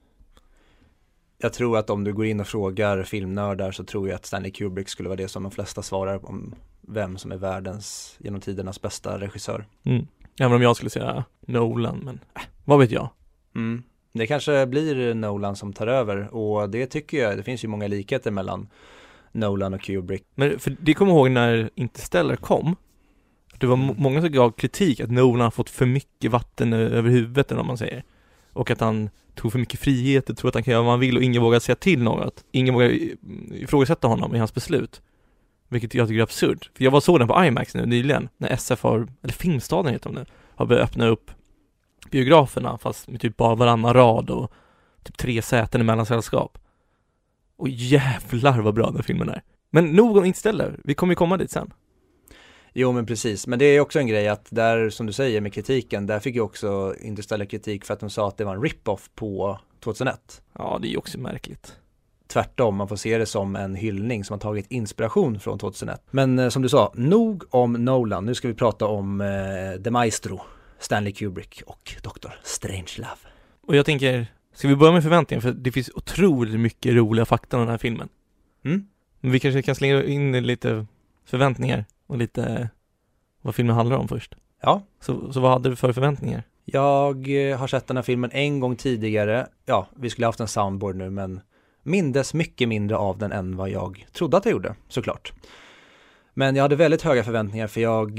Jag tror att om du går in och frågar filmnördar så tror jag att Stanley Kubrick skulle vara det som de flesta svarar om vem som är världens genom tidernas bästa regissör. Även om jag skulle säga Nolan, men vad vet jag? Det kanske blir Nolan som tar över, och det tycker jag, det finns ju många likheter mellan Nolan och Kubrick. Men för det kommer jag ihåg när Interstellar kom, det var många som gav kritik att Nolan har fått för mycket vatten över huvudet, eller vad man säger. Och att han tog för mycket frihet och tror att han kan göra vad han vill och ingen vågar säga till något. Ingen vågar ifrågasätta honom i hans beslut. Vilket jag tycker är absurd. För jag var så den på IMAX nu nyligen, när SF har, eller Filmstaden heter de nu, har börjat öppna upp biograferna fast med typ bara varannan rad och typ 3 säten emellan sällskap. Och jävlar vad bra den filmen är. Men nog om Interstellar, vi kommer ju komma dit sen. Jo, men precis. Men det är också en grej att där, som du säger med kritiken, där fick jag också Interstellar kritik för att de sa att det var en rip-off på 2001. Ja, det är ju också märkligt. Tvärtom, man får se det som en hyllning som har tagit inspiration från 2001. Men som du sa, nog om Nolan. Nu ska vi prata om The Maestro, Stanley Kubrick och Dr. Strangelove. Och jag tänker, ska vi börja med förväntningar? För det finns otroligt mycket roliga fakta i den här filmen. Men vi kanske kan slänga in lite förväntningar och lite vad filmen handlar om först. Ja. Så vad hade du för förväntningar? Jag har sett den här filmen en gång tidigare. Ja, vi skulle haft en soundboard nu, men mindes mycket mindre av den än vad jag trodde att jag gjorde, såklart. Men jag hade väldigt höga förväntningar, för jag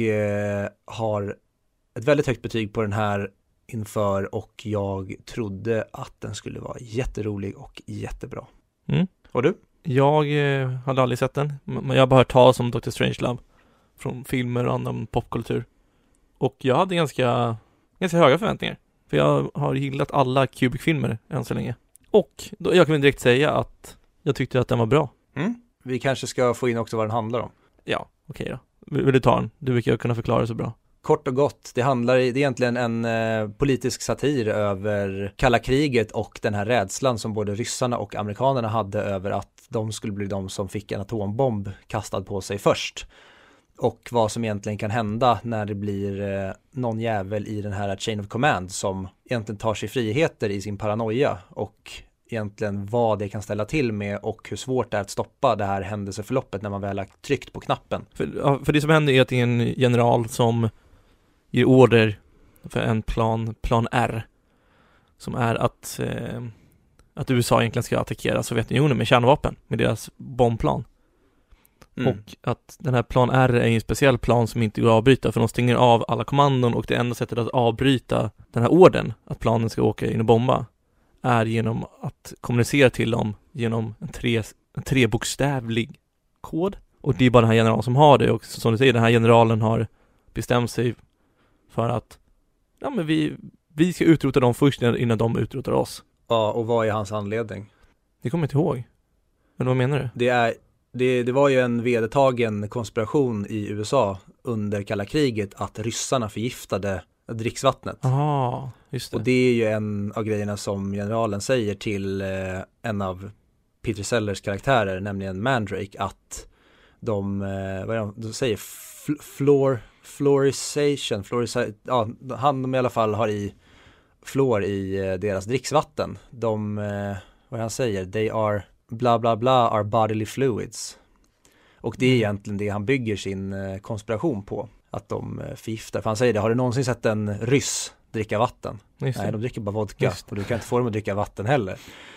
har ett väldigt högt betyg på den här inför, och jag trodde att den skulle vara jätterolig och jättebra. Och du? Jag hade aldrig sett den, men jag har bara hört talas om Dr. Strangelove från filmer och annan popkultur. Och jag hade ganska höga förväntningar, för jag har gillat alla Kubrick-filmer än så länge. Och då, jag kan väl direkt säga att jag tyckte att den var bra. Vi kanske ska få in också vad den handlar om. Ja, okej då. Vill du ta den? Du brukar kunna förklara så bra. Kort och gott, det är egentligen en politisk satir över kalla kriget och den här rädslan som både ryssarna och amerikanerna hade över att de skulle bli de som fick en atombomb kastad på sig först. och vad som egentligen kan hända när det blir någon jävel i den här chain of command som egentligen tar sig friheter i sin paranoia och egentligen vad det kan ställa till med och hur svårt det är att stoppa det här händelseförloppet när man väl har tryckt på knappen. För det som händer är att det är en general som ger order för en plan R, som är att USA egentligen ska attackera Sovjetunionen med kärnvapen, med deras bombplan. Och att den här plan R är en speciell plan som inte går att avbryta, för de stänger av alla kommandon, och det enda sättet att avbryta den här orden, att planen ska åka in och bomba, är genom att kommunicera till dem genom en trebokstävlig kod. Och det är bara den här generalen som har det, och som du säger, den här generalen har bestämt sig för att men vi ska utrota dem först innan de utrotar oss. Ja, och vad är hans anledning? Det kommer jag inte ihåg. Men vad menar du? Det var ju en vedertagen konspiration i USA under kalla kriget att ryssarna förgiftade dricksvattnet. Aha, just det. Och det är ju en av grejerna som generalen säger till en av Peter Sellers karaktärer, nämligen Mandrake, att de säger fluorization, han i alla fall har i fluor i deras dricksvatten. Vad han säger, they are bla bla bla are bodily fluids. Och det är egentligen det han bygger sin konspiration på, att de förgiftar. För han säger det, har du någonsin sett en ryss dricka vatten? Nej, de dricker bara vodka, och du kan inte få dem att dricka vatten heller.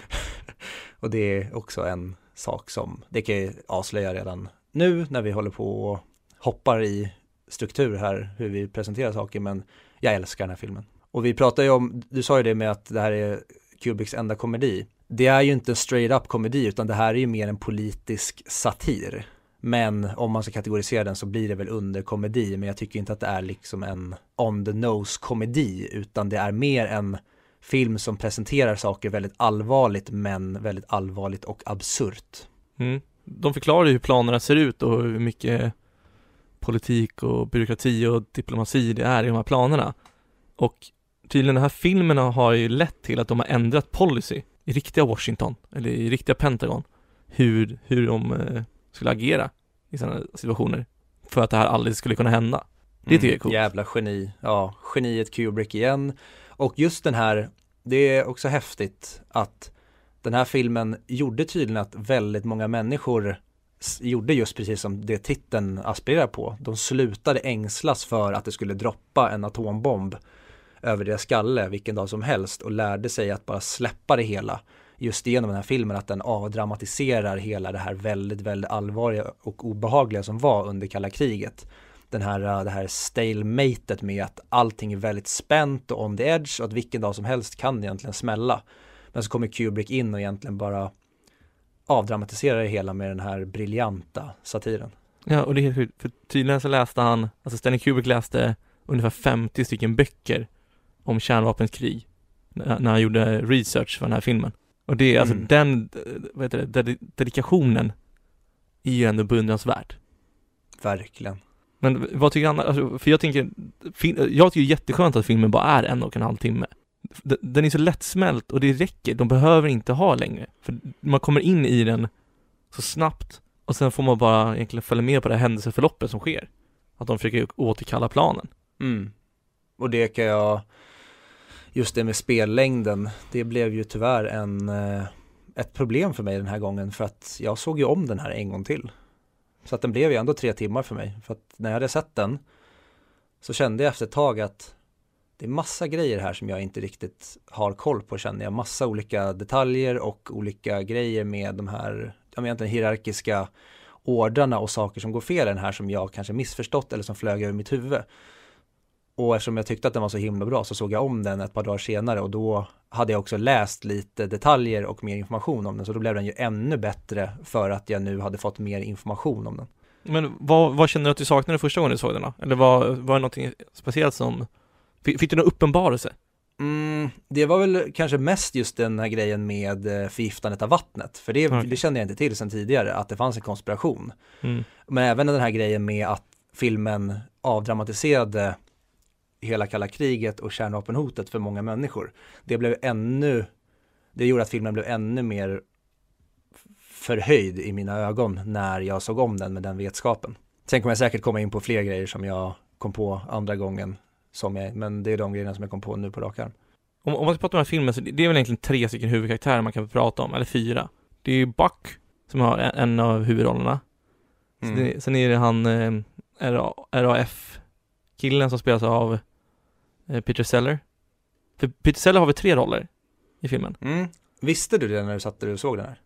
Och det är också en sak som, det kan jag avslöja redan nu när vi håller på och hoppar i struktur här, hur vi presenterar saker, men jag älskar den här filmen. Och vi pratar ju om, du sa ju det med att det här är Kubricks enda komedi. Det är ju inte en straight up komedi, utan det här är ju mer en politisk satir. Men om man ska kategorisera den så blir det väl under komedi, men jag tycker inte att det är liksom en on the nose komedi, utan det är mer en film som presenterar saker väldigt allvarligt, men väldigt allvarligt och absurt. De förklarar ju hur planerna ser ut och hur mycket politik och byråkrati och diplomati det är i de här planerna. Och tydligen de här filmerna har ju lett till att de har ändrat policy i riktiga Washington, eller i riktiga Pentagon, hur de skulle agera i sådana situationer för att det här aldrig skulle kunna hända. Det tycker jag är coolt. Jävla geni. Ja, geniet Kubrick igen. Och just den här, det är också häftigt att den här filmen gjorde tydligen att väldigt många människor gjorde just precis som det titeln aspirerar på. De slutade ängslas för att det skulle droppa en atombomb över deras skalle vilken dag som helst, och lärde sig att bara släppa det hela just genom den här filmen, att den avdramatiserar hela det här väldigt, väldigt allvarliga och obehagliga som var under kalla kriget. Det här stalematet med att allting är väldigt spänt och on the edge, och att vilken dag som helst kan det egentligen smälla. Men så kommer Kubrick in och egentligen bara avdramatiserar det hela med den här briljanta satiren. Ja, och det är helt sjukt, för tydligen så läste han, alltså Stanley Kubrick läste ungefär 50 stycken böcker om kärnvapenkrig när han gjorde research för den här filmen. Och det är alltså den dedikationen är ju ändå beundransvärd. Verkligen. Men vad tycker han? Alltså, för jag tycker det är jätteskönt att filmen bara är 1,5 timme. Den är så lättsmält och det räcker. De behöver inte ha längre. För man kommer in i den så snabbt och sen får man bara egentligen följa med på det händelseförloppet som sker. Att de försöker återkalla planen. Och det kan jag, just det med spellängden, det blev ju tyvärr ett problem för mig den här gången, för att jag såg ju om den här en gång till. Så att den blev ju ändå 3 timmar för mig. För att när jag hade sett den så kände jag efter ett tag att det är massa grejer här som jag inte riktigt har koll på, känner jag. Massa olika detaljer och olika grejer med de här egentligen hierarkiska ordrarna och saker som går fel i den här som jag kanske missförstått eller som flög över mitt huvud. Och eftersom jag tyckte att den var så himla bra så såg jag om den ett par dagar senare, och då hade jag också läst lite detaljer och mer information om den, så då blev den ju ännu bättre för att jag nu hade fått mer information om den. Men vad känner du att du saknade första gången du såg den då? Eller var det någonting speciellt som... Fick du någon uppenbarelse? Det var väl kanske mest just den här grejen med förgiftandet av vattnet. För det kände jag inte till sedan tidigare, att det fanns en konspiration. Men även den här grejen med att filmen avdramatiserade hela kalla kriget och kärnvapenhotet för många människor. Det gjorde att filmen blev ännu mer förhöjd i mina ögon när jag såg om den med den vetskapen. Sen kommer jag säkert komma in på fler grejer som jag kom på andra gången men det är de grejerna som jag kom på nu på rak arm. Om man ska prata om den här filmen så det är väl egentligen 3 stycken huvudkaraktärer man kan prata om, eller 4. Det är Buck som har en av huvudrollerna. Sen är det han RAF-killen som spelas av Peter Sellers. För Peter Sellers har väl 3 roller i filmen. Visste du det när du satt där och såg den här?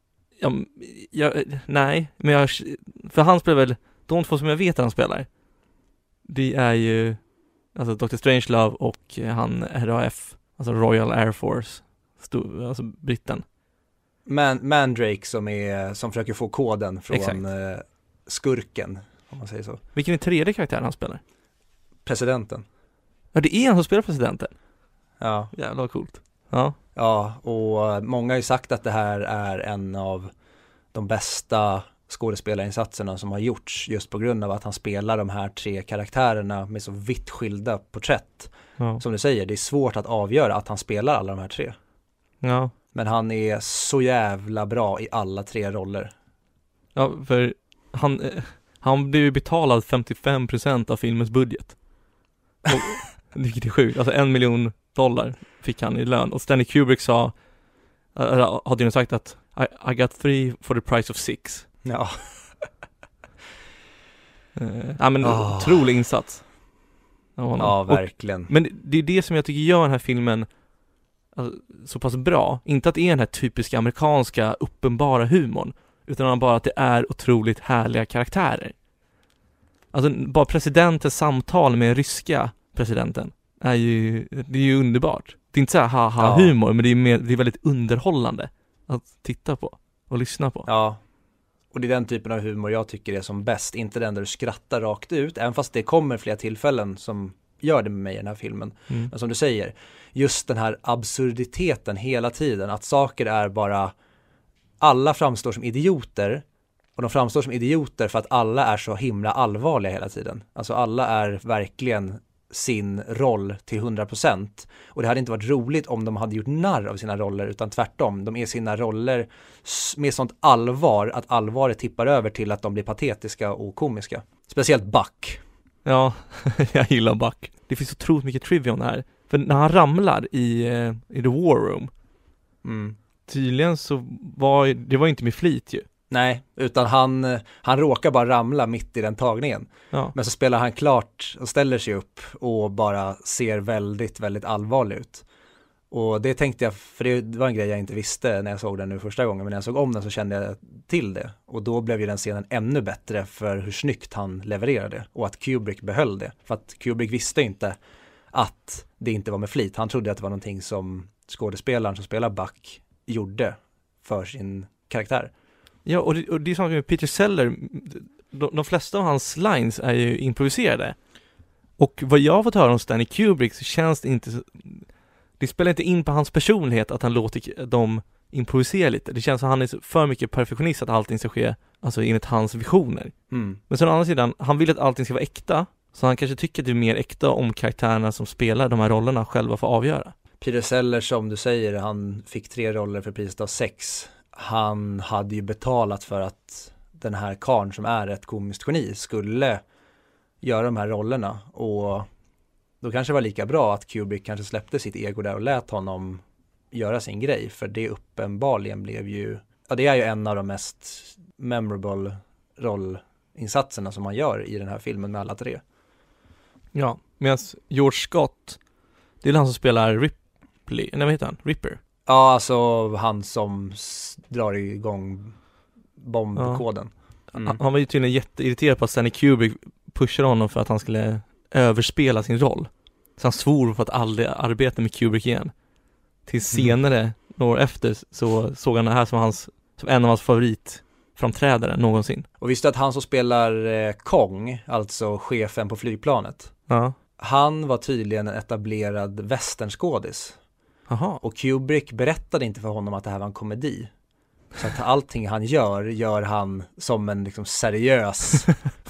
Nej, men för han spelar väl, de 2 som jag vet att han spelar, det är ju alltså Dr. Strangelove och han RAF, alltså Royal Air Force, alltså britten. Mandrake som försöker få koden från skurken, om man säger så. Vilken är 3:e karaktären han spelar? Presidenten. Ja, det är han som spelar presidenten. Ja. Jävla coolt. Ja, och många har ju sagt att det här är en av de bästa skådespelarinsatserna som har gjorts just på grund av att han spelar de här 3 karaktärerna med så vitt skilda porträtt. Ja. Som du säger, det är svårt att avgöra att han spelar alla de här 3. Ja. Men han är så jävla bra i alla 3 roller. Ja, för han blev ju betalad 55% av filmens budget. Vilket är sjukt. Alltså $1 million fick han i lön. Och Stanley Kubrick hade ju sagt att I got 3 for the price of 6. Ja. Men otrolig insats. Ja, verkligen. Men det är det som jag tycker gör den här filmen alltså, så pass bra. Inte att det är den här typiska amerikanska uppenbara humorn, utan bara att det är otroligt härliga karaktärer. Alltså bara presidentens samtal med ryska presidenten det är ju underbart. Det är inte så här humor, men det är väldigt underhållande att titta på och lyssna på. Ja. Och det är den typen av humor jag tycker är som bäst. Inte den där du skrattar rakt ut, även fast det kommer flera tillfällen som gör det med mig i den här filmen. Men som du säger, just den här absurditeten hela tiden, att saker är bara, alla framstår som idioter, och de framstår som idioter för att alla är så himla allvarliga hela tiden. Alltså alla är verkligen sin roll till 100%. Och det hade inte varit roligt om de hade gjort narr av sina roller, utan tvärtom. De är sina roller med sånt allvar att allvaret tippar över till att de blir patetiska och komiska. Speciellt Buck. Ja, jag gillar Buck. Det finns otroligt mycket trivia om det här. För när han ramlar i The War Room, tydligen så var det inte med flit ju. Nej, utan han råkar bara ramla mitt i den tagningen. Ja. Men så spelar han klart och ställer sig upp och bara ser väldigt, väldigt allvarlig ut. Och det tänkte jag, för det var en grej jag inte visste när jag såg den nu första gången, men när jag såg om den så kände jag till det. Och då blev ju den scenen ännu bättre för hur snyggt han levererade och att Kubrick behöll det. För att Kubrick visste inte att det inte var med flit. Han trodde att det var någonting som skådespelaren som spelar Buck gjorde för sin karaktär. Ja, och det är samma med Peter Sellers. De flesta av hans lines är ju improviserade. Och vad jag har fått höra om Stanley Kubrick så känns det inte... Det spelar inte in på hans personlighet att han låter dem improvisera lite. Det känns som att han är för mycket perfektionist att allting ska ske alltså enligt hans visioner. Men så å andra sidan, han vill att allting ska vara äkta. Så han kanske tycker att det är mer äkta om karaktärerna som spelar de här rollerna själva får avgöra. Peter Sellers, som du säger, han fick 3 roller för priset av 6. Han hade ju betalat för att den här karln som är ett komiskt geni skulle göra de här rollerna, och då kanske det var lika bra att Kubrick kanske släppte sitt ego där och lät honom göra sin grej, för det uppenbarligen blev ju, ja, det är ju en av de mest memorable rollinsatserna som man gör i den här filmen med alla 3. Ja, medan George Scott, det är han som spelar Ripley, nej vad heter han? Ripper? Ja, alltså han som drar igång bombkoden. Han var ju tydligen jätteirriterad på att Stanley Kubrick pushade honom för att han skulle överspela sin roll. Så han svor på att aldrig arbeta med Kubrick igen. Till senare, några år efter, så såg han det här som en av hans favoritframträdare någonsin. Och visste att han som spelar Kong, alltså chefen på flygplanet, han var tydligen en etablerad westernskådis. Aha. Och Kubrick berättade inte för honom att det här var en komedi. Så att allting han gör han som en liksom seriös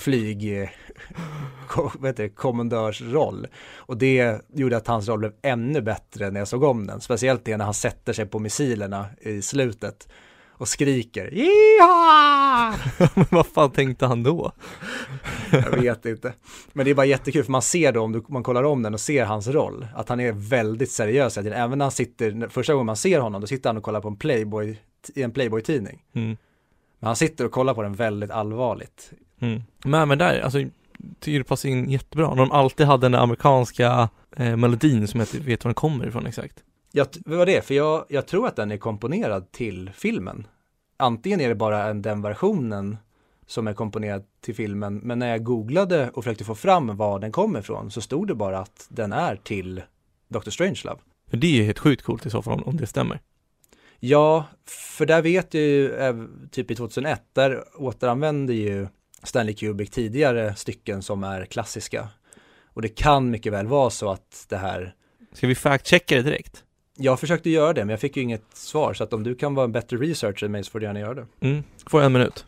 kommendörsroll. Och det gjorde att hans roll blev ännu bättre när jag såg om den. Speciellt det när han sätter sig på missilerna i slutet. och skriker Jiha! Men vad fan tänkte han då? Jag vet inte. Men det är bara jättekul för man ser då, om man kollar om den och ser hans roll, att han är väldigt seriös. Även när han sitter, första gången man ser honom, då sitter han och kollar på en Playboy-tidning. Men han sitter och kollar på den väldigt allvarligt. Men där, alltså, tycker det passar in jättebra. De alltid hade den amerikanska melodin som jag inte vet var den kommer ifrån exakt. Vad var det? För jag tror att den är komponerad till filmen. Antingen är det bara den versionen som är komponerad till filmen, men när jag googlade och försökte få fram var den kommer ifrån så stod det bara att den är till Dr. Strangelove. För det är ju helt sjukt coolt i så fall om det stämmer. Ja, för där vet jag ju, typ i 2001, där återanvänder ju Stanley Kubrick tidigare stycken som är klassiska. Och det kan mycket väl vara så att det här... Ska vi fact-checka det direkt? Jag försökte göra det, men jag fick ju inget svar. Så att om du kan vara en bättre researcher än mig så får du gärna göra det. Får jag 1 minut?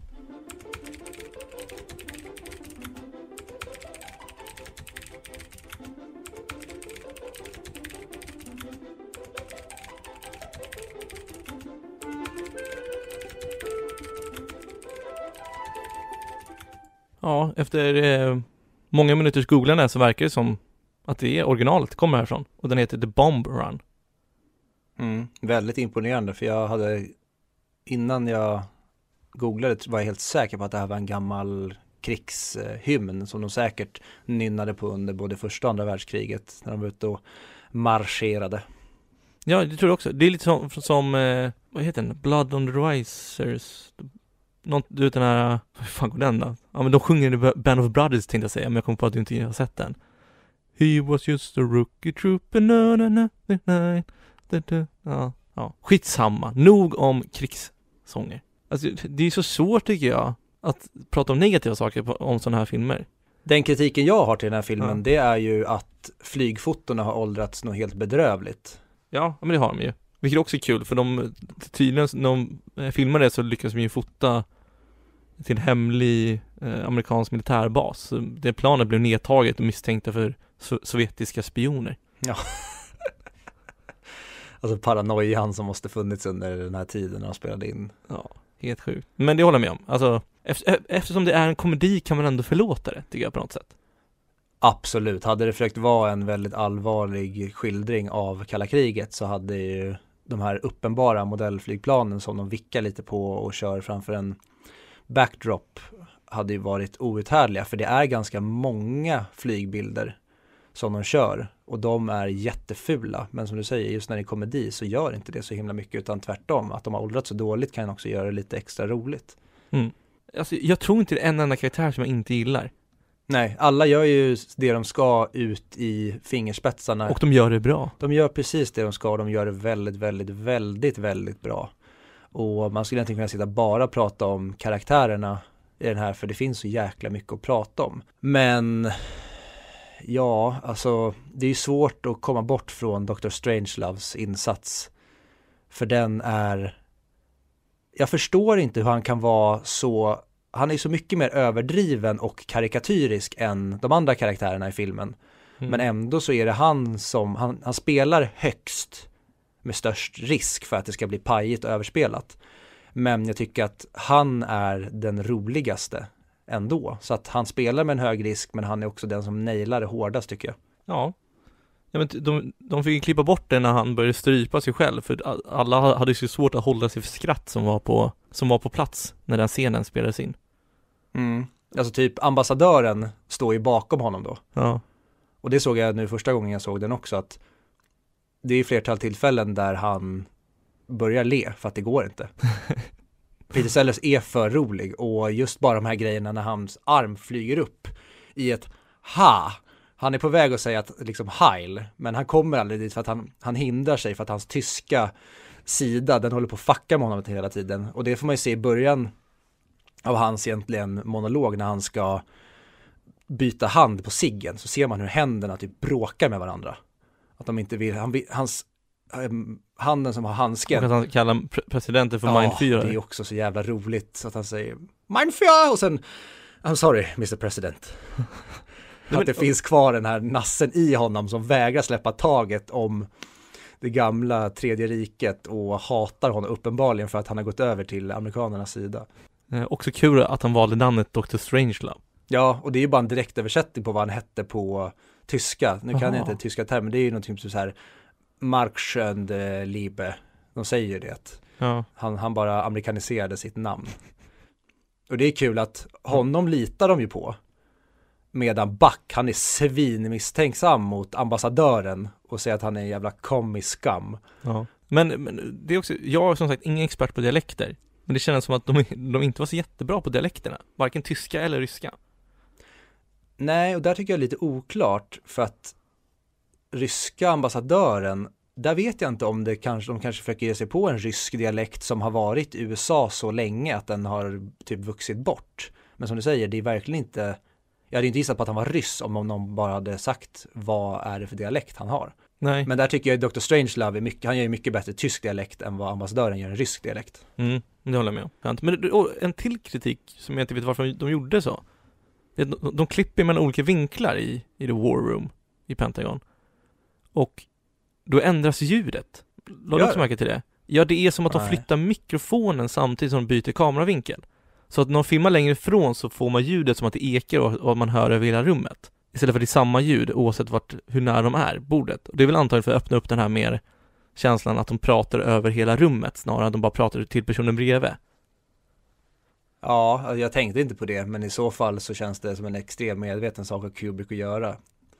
Ja, efter många minuters googlande så verkar det som att det är originalet, kommer härifrån. Och den heter The Bomb Run. Väldigt imponerande, för jag hade, innan jag googlade var jag helt säker på att det här var en gammal krigshymn som de säkert nynnade på under både första och andra världskriget när de var ute och marscherade. Ja, det tror jag också. Det är lite som vad heter den? Blood on the Risers. Du vet den här, vad fan går den då? Ja, men de sjunger i Band of Brothers tänkte jag säga, men jag kom på att du inte har sett den. He was just a rookie trooper, ja. Skitsamma, nog om krigssånger. Alltså, det är så svårt tycker jag att prata om negativa saker om sådana här filmer. Den kritiken jag har till den här filmen, det är ju att flygfotorna har åldrats något helt bedrövligt. Ja, men det har de ju. Vilket också är kul, för tydligen när de filmade det så lyckas de ju fota till en hemlig amerikansk militärbas. Så det planet blev nedtaget och misstänkta för sovjetiska spioner. Ja. Alltså paranoian som måste funnits under den här tiden när de spelade in. Ja, helt sjukt. Men det håller jag med om. Alltså, eftersom det är en komedi kan man ändå förlåta det, tycker jag på något sätt. Absolut. Hade det försökt vara en väldigt allvarlig skildring av kalla kriget så hade ju de här uppenbara modellflygplanen som de vickar lite på och kör framför en backdrop hade ju varit outhärdliga, för det är ganska många flygbilder som de kör och de är jättefula, men som du säger, just när det är komedi så gör inte det så himla mycket, utan tvärtom, att de har åldrats så dåligt kan också göra det lite extra roligt. Alltså, jag tror inte det är en enda karaktär som jag inte gillar. Nej, alla gör ju det de ska ut i fingerspetsarna. Och de gör det bra. De gör precis det de ska och de gör det väldigt, väldigt, väldigt, väldigt bra. Och man skulle inte kunna sitta bara och prata om karaktärerna i den här, för det finns så jäkla mycket att prata om. Men ja, alltså det är ju svårt att komma bort från Dr. Strangeloves insats. För den är... Jag förstår inte hur han kan vara så... Han är så mycket mer överdriven och karikatyrisk än de andra karaktärerna i filmen. Men ändå så är det han som... Han spelar högst med störst risk för att det ska bli pajigt och överspelat. Men jag tycker att han är den roligaste ändå. Så att han spelar med en hög risk, men han är också den som nailar det hårdast, tycker jag. Ja. Ja, men de fick klippa bort det när han började strypa sig själv, för alla hade så svårt att hålla sig för skratt som var på plats när den scenen spelades in. Alltså typ ambassadören står ju bakom honom då. Ja. Och det såg jag nu första gången jag såg den också, att det är flertal tillfällen där han börjar le för att det går inte. Peter Sellers är för rolig, och just bara de här grejerna när hans arm flyger upp i ett ha. Han är på väg att säga att liksom heil, men han kommer aldrig dit för att han hindrar sig, för att hans tyska sida, den håller på att fucka med honom hela tiden. Och det får man ju se i början av hans egentligen monolog när han ska byta hand på ciggen, så ser man hur händerna typ bråkar med varandra. Att de inte vill, hans handen som har handsken. Och att han kallar presidenten för mindfyrare. Det är också så jävla roligt så att han säger mindfyrare och sen I'm sorry Mr. President. Att det finns kvar den här nassen i honom som vägrar släppa taget om det gamla tredje riket och hatar honom uppenbarligen för att han har gått över till amerikanernas sida. Också kul att han valde namnet Dr. Strangelove. Ja, och det är ju bara en direktöversättning på vad han hette på tyska. Nu kan Aha. jag inte tyska termer, det är ju någonting som så här Markschönd Liebe. De säger ju det. Ja. Han bara amerikaniserade sitt namn. Och det är kul att honom litar de ju på. Medan Buck, han är svinmisstänksam mot ambassadören och säger att han är en jävla komisk skam. Ja. Men det är också, jag är som sagt ingen expert på dialekter. Men det känns som att de inte var så jättebra på dialekterna. Varken tyska eller ryska. Nej, och där tycker jag är lite oklart för att ryska ambassadören, där vet jag inte om de kanske försöker ge sig på en rysk dialekt som har varit i USA så länge att den har typ vuxit bort. Men som du säger, det är verkligen inte, jag hade inte gissat på att han var ryss om någon bara hade sagt vad är det för dialekt han har. Nej. Men där tycker jag Dr. Strangelove är mycket, han gör ju mycket bättre tysk dialekt än vad ambassadören gör en rysk dialekt. Det håller jag med om. Men en till kritik som jag inte vet varför de gjorde så. De klipper mellan olika vinklar i The War Room i Pentagon. Och då ändras ljudet. Lade du också märke till det? Ja, det är som att de flyttar mikrofonen samtidigt som de byter kameravinkel. Så att när de filmar längre ifrån så får man ljudet som att det ekar och man hör över hela rummet. Istället för att det är samma ljud oavsett hur nära de är bordet. Och det är väl antagligen för att öppna upp den här mer känslan att de pratar över hela rummet snarare än att de bara pratar till personen bredvid. Ja, jag tänkte inte på det, men i så fall så känns det som en extrem medveten sak av Kubrick att göra.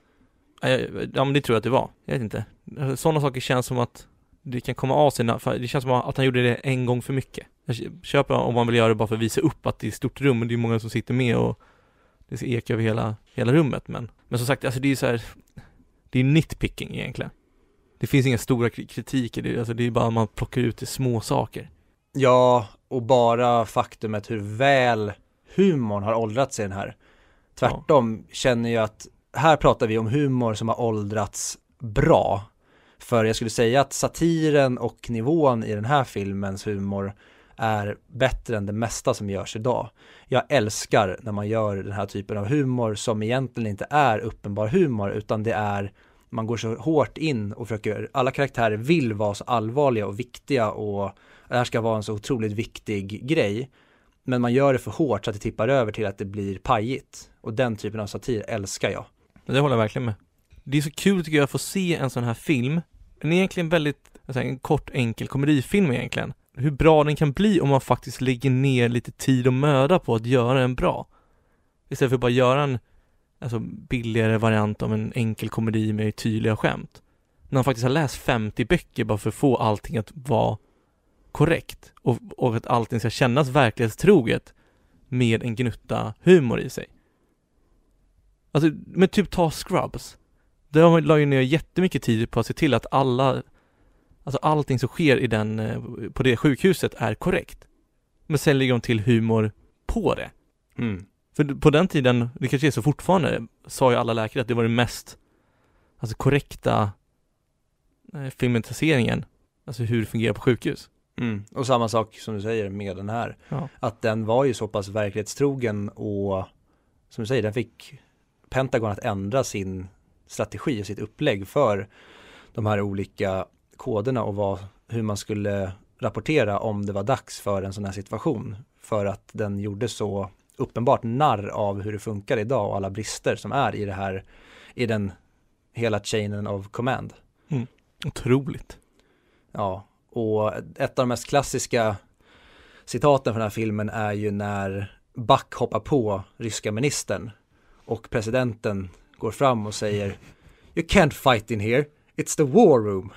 Ja, men det tror jag att det var. Jag vet inte. Sådana saker känns som att det kan komma av sig. Det känns som att han gjorde det en gång för mycket. Jag köper om man vill göra det bara för att visa upp att det är ett stort rum, men det är många som sitter med och det ekar över hela rummet. Men som sagt, alltså det är så här, det är nitpicking egentligen. Det finns inga stora kritiker. Det är bara att man plockar ut det små saker. Ja, och bara faktumet hur väl humorn har åldrats i den här. Tvärtom känner jag att här pratar vi om humor som har åldrats bra. För jag skulle säga att satiren och nivån i den här filmens humor är bättre än det mesta som görs idag. Jag älskar när man gör den här typen av humor som egentligen inte är uppenbar humor, utan det är, man går så hårt in och försöker, alla karaktärer vill vara så allvarliga och viktiga och det här ska vara en så otroligt viktig grej. Men man gör det för hårt så att det tippar över till att det blir pajigt. Och den typen av satir älskar jag. Det håller jag verkligen med. Det är så kul tycker jag att få se en sån här film. Den är egentligen väldigt, en kort enkel komedifilm egentligen. Hur bra den kan bli om man faktiskt lägger ner lite tid och möda på att göra den bra. Istället för att bara göra en billigare variant av en enkel komedi med tydliga skämt. När man faktiskt har läst 50 böcker bara för att få allting att vara korrekt. Och att allting ska kännas verklighetstroget med en gnutta humor i sig. Alltså, men typ ta Scrubs. Där la ju ner jättemycket tid på att se till att allting som sker i på det sjukhuset är korrekt. Men sen lägger de till humor på det. För på den tiden, det kanske är så fortfarande, sa ju alla läkare att det var den mest korrekta filmatiseringen. Alltså hur det fungerar på sjukhus. Och samma sak som du säger med den här. Ja. Att den var ju så pass verklighetstrogen och som du säger, den fick Pentagon att ändra sin strategi och sitt upplägg för de här olika koderna och hur man skulle rapportera om det var dags för en sån här situation. För att den gjorde så uppenbart narr av hur det funkar idag och alla brister som är i det här, i den hela chainen of command. Otroligt. Ja, och ett av de mest klassiska citaten från den här filmen är ju när Buck hoppar på ryska ministern och presidenten går fram och säger "You can't fight in here, it's the war room."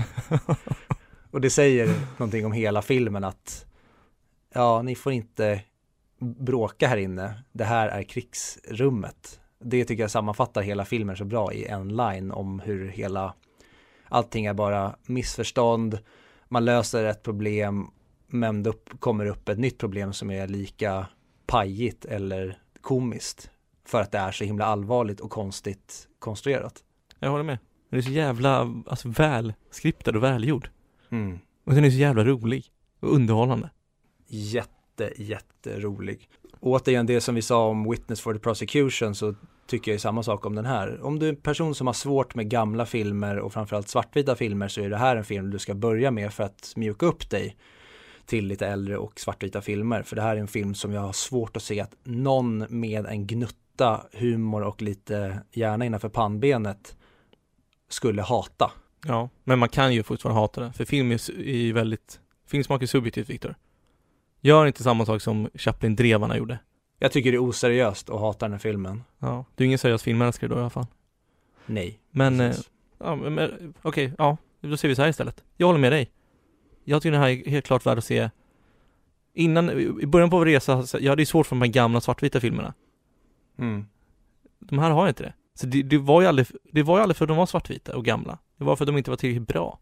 Och det säger någonting om hela filmen att ja, ni får inte bråka här inne, det här är krigsrummet. Det tycker jag sammanfattar hela filmen så bra i en line om hur allting är bara missförstånd, man löser ett problem men det kommer upp ett nytt problem som är lika pajigt eller komiskt för att det är så himla allvarligt och konstigt konstruerat. Jag håller med. Den är så jävla väl skriptad och välgjord. Och den är så jävla rolig och underhållande. Jätterolig. Återigen det som vi sa om Witness for the Prosecution, så tycker jag är samma sak om den här. Om du är en person som har svårt med gamla filmer och framförallt svartvita filmer, så är det här en film du ska börja med för att mjuka upp dig till lite äldre och svartvita filmer. För det här är en film som jag har svårt att se att någon med en gnutta humor och lite hjärna innanför pannbenet skulle hata. Ja, men man kan ju fortfarande hata det. För filmsmak är subjektivt, Viktor. Gör inte samma sak som Chaplin-drevarna gjorde. Jag tycker det är oseriöst att hata den här filmen. Ja, du är ingen seriös filmälskare då i alla fall. Nej. Men, okej, då ser vi så här istället. Jag håller med dig. Jag tycker den här är helt klart värd att se. I början på vår resa, jag hade ju svårt för de här gamla svartvita filmerna. De här har inte det. Så det var ju aldrig för att de var svartvita och gamla. Det var för att de inte var tillräckligt bra.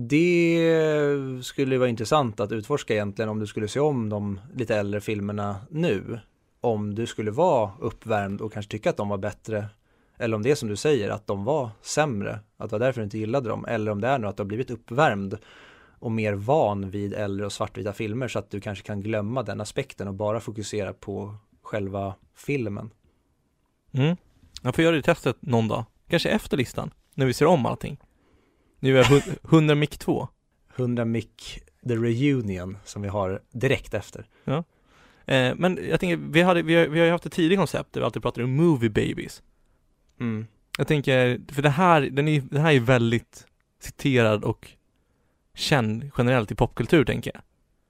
Det skulle vara intressant att utforska egentligen om du skulle se om de lite äldre filmerna nu. Om du skulle vara uppvärmd och kanske tycka att de var bättre. Eller om det är som du säger, att de var sämre. Att det var därför du inte gillade dem. Eller om det är nu att du har blivit uppvärmd och mer van vid äldre och svartvita filmer, så att du kanske kan glömma den aspekten och bara fokusera på själva filmen. Jag får göra det testet någon dag. Kanske efter listan, när vi ser om allting. Nu är 100 mic 2. 100 mic The Reunion som vi har direkt efter. Ja. Men jag tänker, vi har ju haft ett tidigt koncept där vi alltid pratar om movie babies. Jag tänker, för den här är väldigt citerad och känd generellt i popkultur, tänker jag.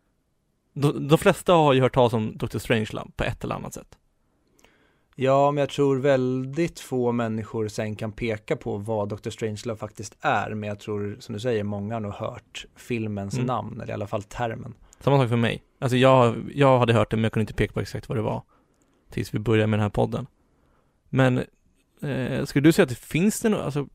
De flesta har ju hört talas om Dr. Strangelove på ett eller annat sätt. Ja, men jag tror väldigt få människor sen kan peka på vad Dr. Strangelove faktiskt är. Men jag tror, som du säger, många har nog hört filmens namn, eller i alla fall termen. Samma sak för mig. Alltså jag hade hört det, men jag kunde inte peka på exakt vad det var tills vi började med den här podden. Men skulle du säga att det finns det har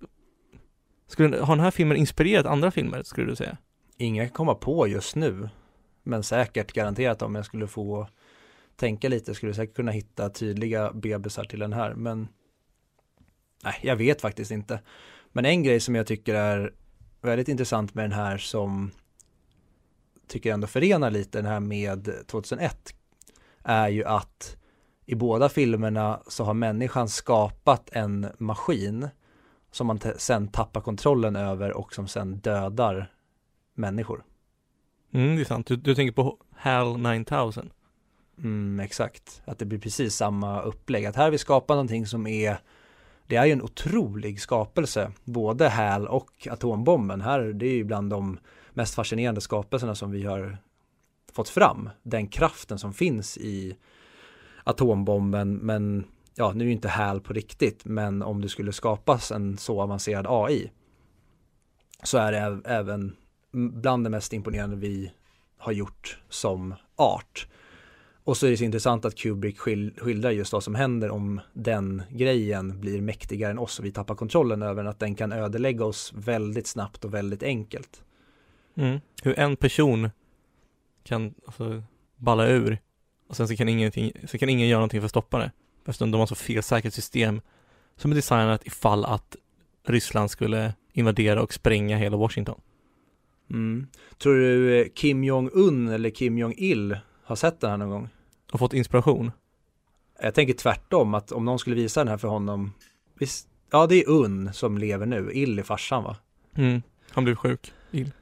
den här filmen inspirerat andra filmer, skulle du säga? Inga kan komma på just nu, men säkert garanterat om jag skulle få tänka lite skulle jag säkert kunna hitta tydliga bebisar till den här, men nej, jag vet faktiskt inte. Men en grej som jag tycker är väldigt intressant med den här, som tycker ändå förenar lite den här med 2001, är ju att i båda filmerna så har människan skapat en maskin som man sen tappar kontrollen över och som sen dödar människor. Det är sant. Du tänker på HAL 9000. Exakt. Att det blir precis samma upplägg. Att här har vi skapat någonting som det är ju en otrolig skapelse. Både HAL och atombomben. Det är ju bland de mest fascinerande skapelserna som vi har fått fram. Den kraften som finns i atombomben. Men ja, nu är ju inte HAL på riktigt. Men om det skulle skapas en så avancerad AI, så är det även bland det mest imponerande vi har gjort som art. Och så är det så intressant att Kubrick skildrar just vad som händer om den grejen blir mäktigare än oss och vi tappar kontrollen över den, att den kan ödelägga oss väldigt snabbt och väldigt enkelt. Hur en person kan balla ur och sen så kan ingen göra någonting för att stoppa det. Eftersom de har så felsäkert system som är designat ifall att Ryssland skulle invadera och spränga hela Washington. Tror du Kim Jong-Un eller Kim Jong-Il har sett den här någon gång? Och fått inspiration? Jag tänker tvärtom, att om någon skulle visa den här för honom. Visst, ja, det är Un som lever nu. Il är farsan, va? Han blev sjuk. Il.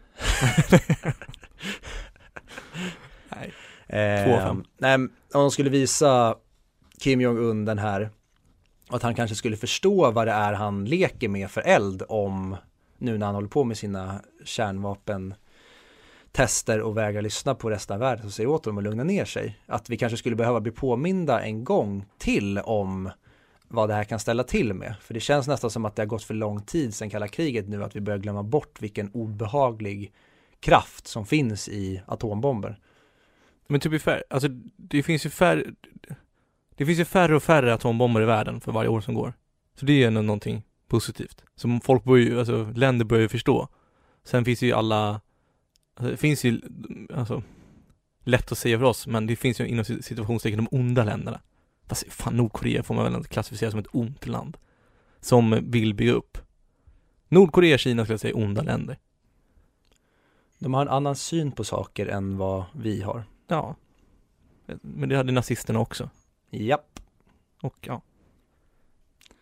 Nej. Nej, om de skulle visa Kim Jong-Un den här, att han kanske skulle förstå vad det är han leker med för eld, om nu när han håller på med sina kärnvapen tester och vägrar lyssna på resten av världen, så säger åt dem att lugna ner sig. Att vi kanske skulle behöva bli påminda en gång till om vad det här kan ställa till med. För det känns nästan som att det har gått för lång tid sedan kalla kriget nu, att vi börjar glömma bort vilken obehaglig kraft som finns i atombomber. Men to be fair, alltså det finns ju färre och färre atombomber i världen för varje år som går. Så det är ändå någonting positivt. Som folk länder börjar ju förstå. Sen finns ju det finns ju lätt att säga för oss, men det finns ju inom situationstecken de onda länderna. Fast fan, Nordkorea får man väl klassificera som ett ont land som vill bygga upp. Nordkorea och Kina skulle jag säga onda länder. De har en annan syn på saker än vad vi har. Ja. Men det hade nazisterna också. Japp. Och ja.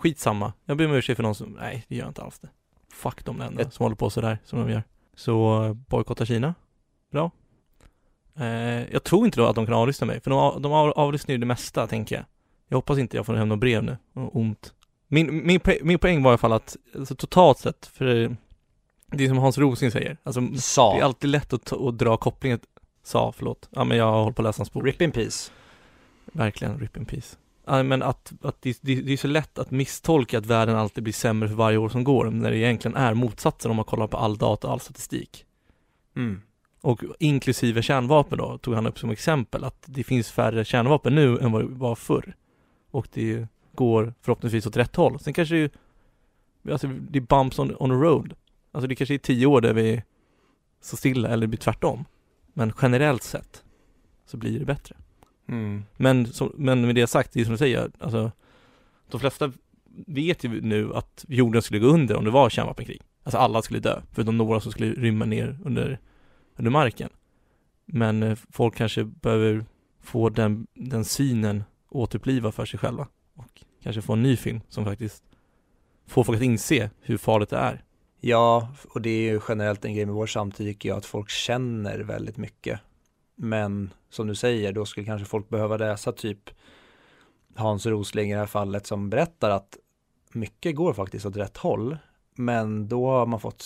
skitsamma. Jag ber om ursäkt för någon som, nej det gör inte alls det. Fuck de länderna som håller på sådär som de gör. Så bojkotta Kina. Bra. Jag tror inte då att de kan avlyssna mig. För de avlyssnar ju det mesta, tänker jag. Jag hoppas inte jag får hem något brev nu. Ont. Min poäng var i alla fall att alltså, totalt sett, för det är som Hans Rosing säger. Alltså, det är alltid lätt att dra kopplingen. Ja, men jag har hållit på att läsa hans bok. Rip in peace. Verkligen, rip in peace. Ja, men att det är så lätt att misstolka att världen alltid blir sämre för varje år som går, när det egentligen är motsatsen om man kollar på all data och all statistik. Och inklusive kärnvapen då, tog han upp som exempel att det finns färre kärnvapen nu än vad det var förr. Och det går förhoppningsvis åt rätt håll. Sen kanske det är bumps on the road. Alltså det kanske är 10 år där vi så stilla eller blir tvärtom. Men generellt sett så blir det bättre. Men med det sagt, det är som du säger, alltså de flesta vet ju nu att jorden skulle gå under om det var kärnvapenkrig. Alltså alla skulle dö, förutom några som skulle rymma ner under marken. Men folk kanske behöver få den synen återuppliva för sig själva. Och kanske få en ny film som faktiskt får folk att inse hur farligt det är. Ja, och det är ju generellt en grej med vår samtid, tycker jag, att folk känner väldigt mycket. Men som du säger, då skulle kanske folk behöva läsa typ Hans Rosling i det här fallet, som berättar att mycket går faktiskt åt rätt håll. Men då har man fått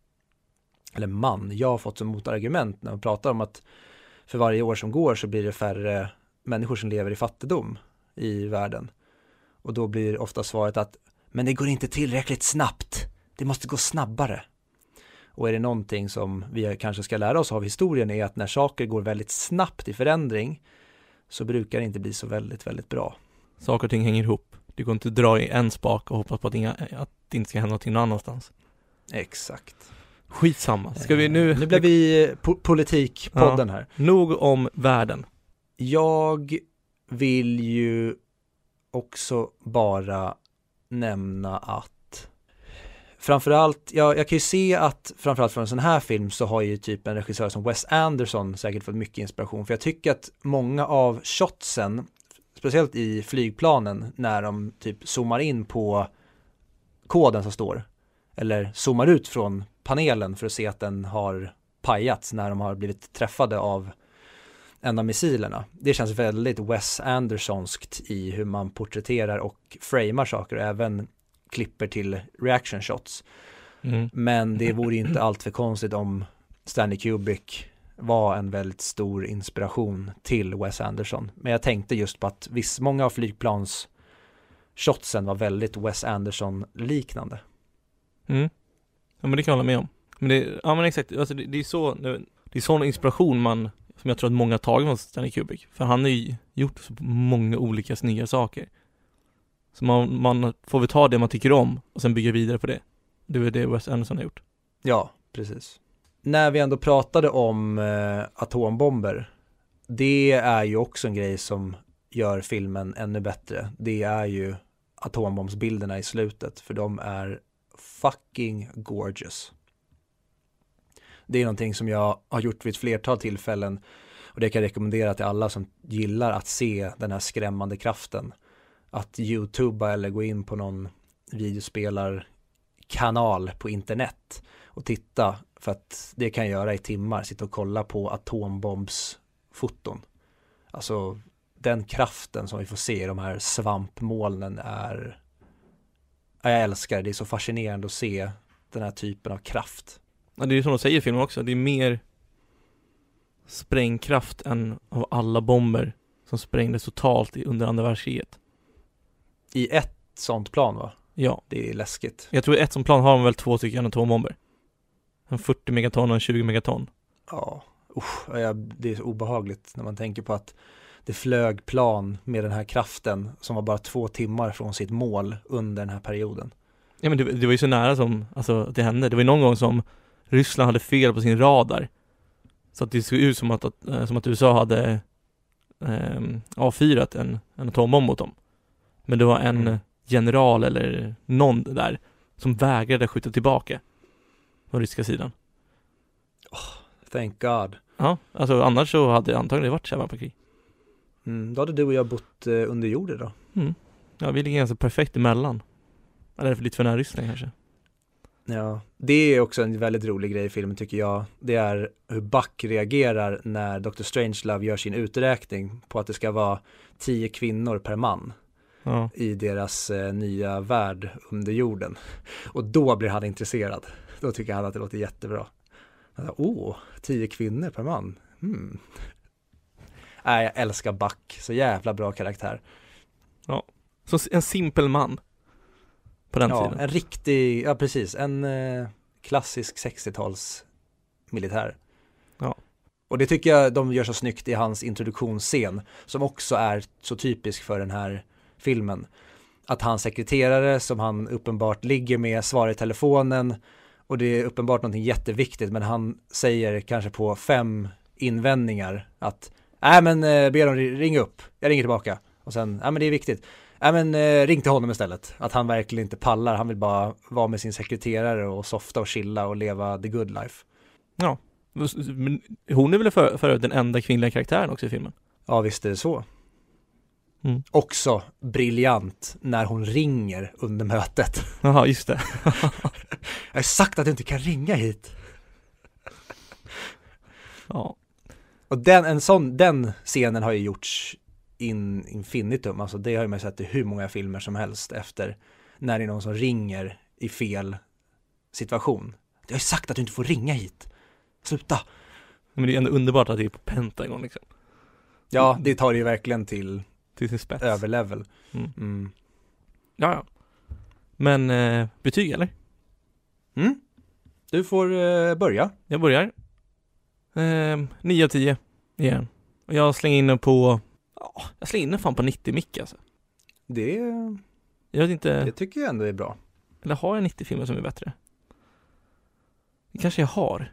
jag har fått som motargument när man pratar om att för varje år som går så blir det färre människor som lever i fattigdom i världen. Och då blir ofta svaret att men det går inte tillräckligt snabbt. Det måste gå snabbare. Och är det någonting som vi kanske ska lära oss av historien, är att när saker går väldigt snabbt i förändring så brukar det inte bli så väldigt, väldigt bra. Saker och ting hänger ihop. Det går inte att dra i en spak och hoppas på att det inte ska hända någonting någon annanstans. Exakt. Skitsamma. Ska vi nu blir vi politikpodden här. Nog om världen. Jag vill ju också bara nämna att framförallt, jag kan ju se att framförallt från en sån här film så har ju typ en regissör som Wes Anderson säkert fått mycket inspiration. För jag tycker att många av shotsen, speciellt i flygplanen, när de typ zoomar in på koden som står, eller zoomar ut från panelen för att se att den har pajats när de har blivit träffade av en av missilerna. Det känns väldigt Wes Andersonskt i hur man porträtterar och framar saker, och även klipper till reaction shots. Men det vore inte allt för konstigt om Stanley Kubrick var en väldigt stor inspiration till Wes Anderson. Men jag tänkte just på att många av flygplans shotsen var väldigt Wes Anderson-liknande. Ja, men det kan jag hålla med om. Men exakt, alltså det är sån inspiration som jag tror att många har tagit från Stanley Kubrick. För han har ju gjort så många olika snygga saker. Så man får väl ta det man tycker om och sen bygga vidare på det. Det är det Wes Anderson har gjort. Ja, precis. När vi ändå pratade om atombomber, det är ju också en grej som gör filmen ännu bättre. Det är ju atombombsbilderna i slutet, för de är fucking gorgeous. Det är någonting som jag har gjort vid ett flertal tillfällen, och det kan jag rekommendera till alla som gillar att se den här skrämmande kraften. Att YouTubea eller gå in på någon videospelarkanal på internet och titta, för att det kan jag göra i timmar, sitta och kolla på atombombsfoton. Alltså den kraften som vi får se i de här svampmolnen jag älskar det. är så fascinerande att se den här typen av kraft. Ja, det är som de säger i filmen också, det är mer sprängkraft än av alla bomber som sprängdes totalt under andra världskriget. I ett sånt plan, va? Ja. Det är läskigt. Jag tror ett sånt plan har man väl 2 stycken atombomber. En 40 megaton och en 20 megaton. Ja, det är så obehagligt när man tänker på att det flög plan med den här kraften som var bara 2 timmar från sitt mål under den här perioden. Ja, men det var ju så nära som det hände. Det var ju någon gång som Ryssland hade fel på sin radar. Så att det såg ut som att USA hade avfyrat en atombomb mot dem. Men det var en general eller någon där som vägrade skjuta tillbaka på ryska sidan. Thank God. Ja, alltså annars så hade det antagligen varit kärnvapenkrig. Då hade du och jag bott under jorden då. Ja, vi ligger ganska perfekt emellan. Eller lite för nära Ryssland kanske. Ja, det är också en väldigt rolig grej i filmen tycker jag. Det är hur Buck reagerar när Dr. Strangelove gör sin uträkning på att det ska vara 10 kvinnor per man i deras nya värld under jorden. Och då blir han intresserad. Då tycker han att det låter jättebra. 10 kvinnor per man. Jag älskar Buck. Så jävla bra karaktär. Ja, så en simpel man. På den tiden. En riktig, ja precis, en klassisk 60-tals militär. Ja. Och det tycker jag de gör så snyggt i hans introduktionsscen, som också är så typisk för den här filmen. Att hans sekreterare, som han uppenbart ligger med, svarar i telefonen, och det är uppenbart någonting jätteviktigt, men han säger kanske på 5 invändningar att be dem ringa upp, jag ringer tillbaka. Och sen, men det är viktigt. Ring till honom istället. Att han verkligen inte pallar. Han vill bara vara med sin sekreterare och softa och chilla och leva the good life. Ja, men hon är väl för den enda kvinnliga karaktären också i filmen? Ja, visst är det så. Också briljant när hon ringer under mötet. Jaha, just det. Jag har sagt att du inte kan ringa hit. Ja. Och den scenen har ju gjorts infinitum, alltså det har ju man sett i hur många filmer som helst efter, när det är någon som ringer i fel situation. Jag har ju sagt att du inte får ringa hit. Sluta. Men det är ändå underbart att det är på Pentagon liksom. Ja, det tar ju verkligen till sin spets. Överlevel. Ja. Men betyg eller? Du får börja. Jag börjar. 9 av 10 igen. Och jag slänger in den på fan på 90 mick alltså. Det tycker jag ändå är bra. Eller har jag 90 filmer som är bättre? Det kanske jag har.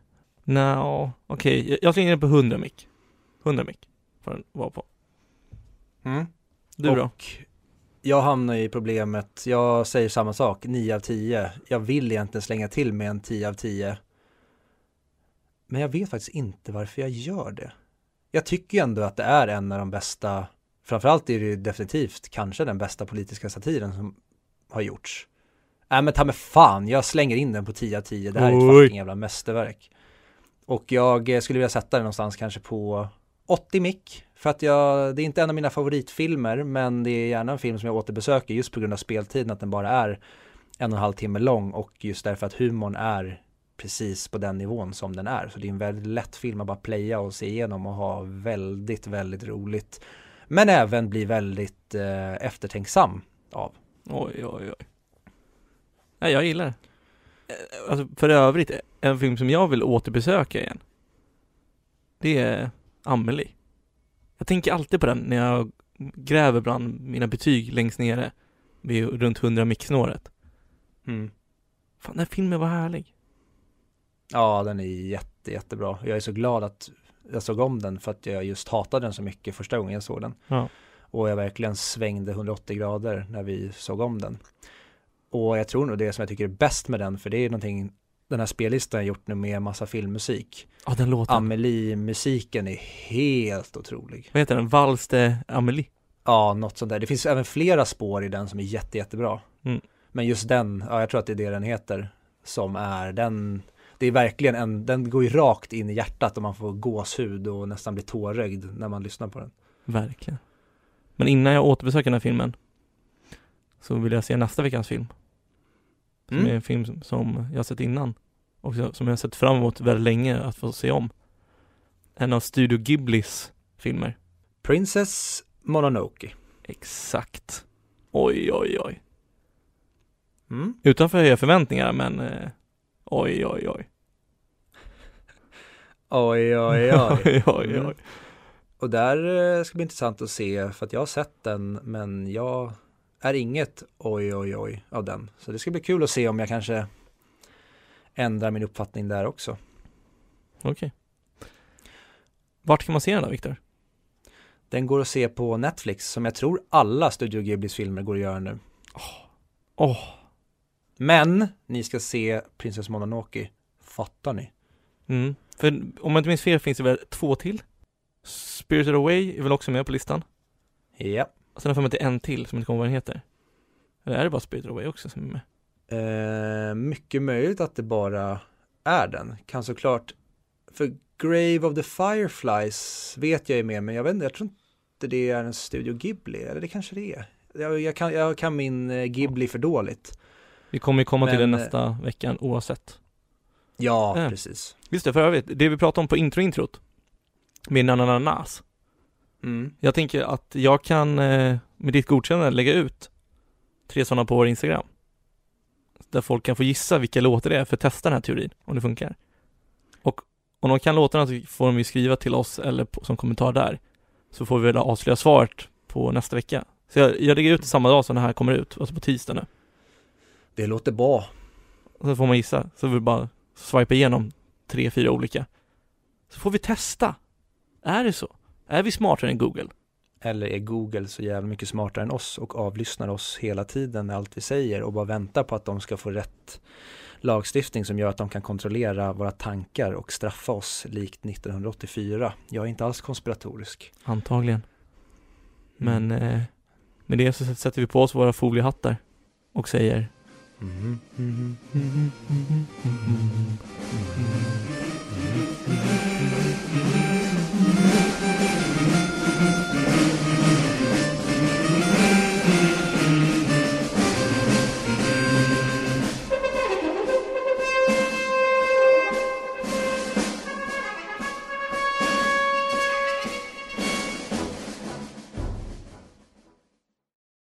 Okej. Jag slänger in den på 100 mick. 100 mick får den vara på. Du då? Jag hamnar i problemet. Jag säger samma sak. 9 av 10. Jag vill egentligen slänga till med en 10 av 10. Men jag vet faktiskt inte varför jag gör det. Jag tycker ändå att det är en av de bästa, framförallt är det ju definitivt kanske den bästa politiska satiren som har gjorts. Men ta med fan, jag slänger in den på 10 av 10. Det här är ett fucking jävla mästerverk. Och jag skulle vilja sätta den någonstans kanske på 80 mick. För att det är inte en av mina favoritfilmer, men det är gärna en film som jag återbesöker just på grund av speltiden, att den bara är 1,5 timme lång, och just därför att humorn är precis på den nivån som den är. Så det är en väldigt lätt film att bara playa och se igenom och ha väldigt, väldigt roligt. Men även bli väldigt eftertänksam av. Oj. Ja, jag gillar det. Alltså, för övrigt, en film som jag vill återbesöka igen, det är Amelie. Jag tänker alltid på den när jag gräver bland mina betyg längst nere vid runt 100 micksnåret. Fan, den filmen var härlig. Ja, den är jättebra. Jag är så glad att jag såg om den, för att jag just hatade den så mycket första gången jag såg den. Ja. Och jag verkligen svängde 180 grader när vi såg om den. Och jag tror nog det som jag tycker är bäst med den, för det är någonting, den här spellistan jag gjort nu med massa filmmusik. Ja, den låten. Amelie-musiken är helt otrolig. Vad heter den? Vals de Amelie? Ja, något sånt där. Det finns även flera spår i den som är jättebra. Men just den, jag tror att det är det den heter, som är den. Det är verkligen den går ju rakt in i hjärtat och man får gåshud och nästan blir tårögd när man lyssnar på den. Verkligen. Men innan jag återbesöker den här filmen så vill jag se nästa veckans film. Som är en film som jag har sett innan och som jag har sett fram emot väldigt länge att få se om. En av Studio Ghiblis filmer. Princess Mononoke. Exakt. Oj. Utanför höga förväntningar, men oj. Oj. Och där ska bli intressant att se, för att jag har sett den, men jag är inget oj av den. Så det ska bli kul att se om jag kanske ändrar min uppfattning där också. Okej. Vart kan man se den då, Victor? Den går att se på Netflix, som jag tror alla Studio Ghiblis filmer går att göra nu. Men ni ska se Princess Mononoke, fattar ni? För om man inte minns fel finns det väl 2 till? Spirited Away är väl också med på listan? Ja. Och sen har jag för mig till en till som inte kommer vad den heter. Eller är det bara Spirited Away också som är med? Mycket möjligt att det bara är den. Kan såklart, för Grave of the Fireflies vet jag ju med, men jag tror inte det är en Studio Ghibli, eller det kanske det är. Jag kan min Ghibli för dåligt. Vi kommer ju komma till det nästa veckan oavsett. Ja, precis. Just det, för övrigt, det vi pratade om på introt med Nanananas. Jag tänker att jag kan med ditt godkännande lägga ut 3 sådana på vår Instagram. Där folk kan få gissa vilka låtar det är för att testa den här teorin, om det funkar. Och om de kan låtarna så får de ju skriva till oss eller som kommentar där. Så får vi väl avslöja svaret på nästa vecka. Så jag lägger ut samma dag som den här kommer ut, alltså på tisdag nu. Det låter bra. Så får man gissa, så vi bara swipa igenom 3-4 olika. Så får vi testa. Är det så? Är vi smartare än Google? Eller är Google så jävla mycket smartare än oss och avlyssnar oss hela tiden med allt vi säger och bara väntar på att de ska få rätt lagstiftning som gör att de kan kontrollera våra tankar och straffa oss likt 1984. Jag är inte alls konspiratorisk. Antagligen. Men med det så sätter vi på oss våra foliehattar och säger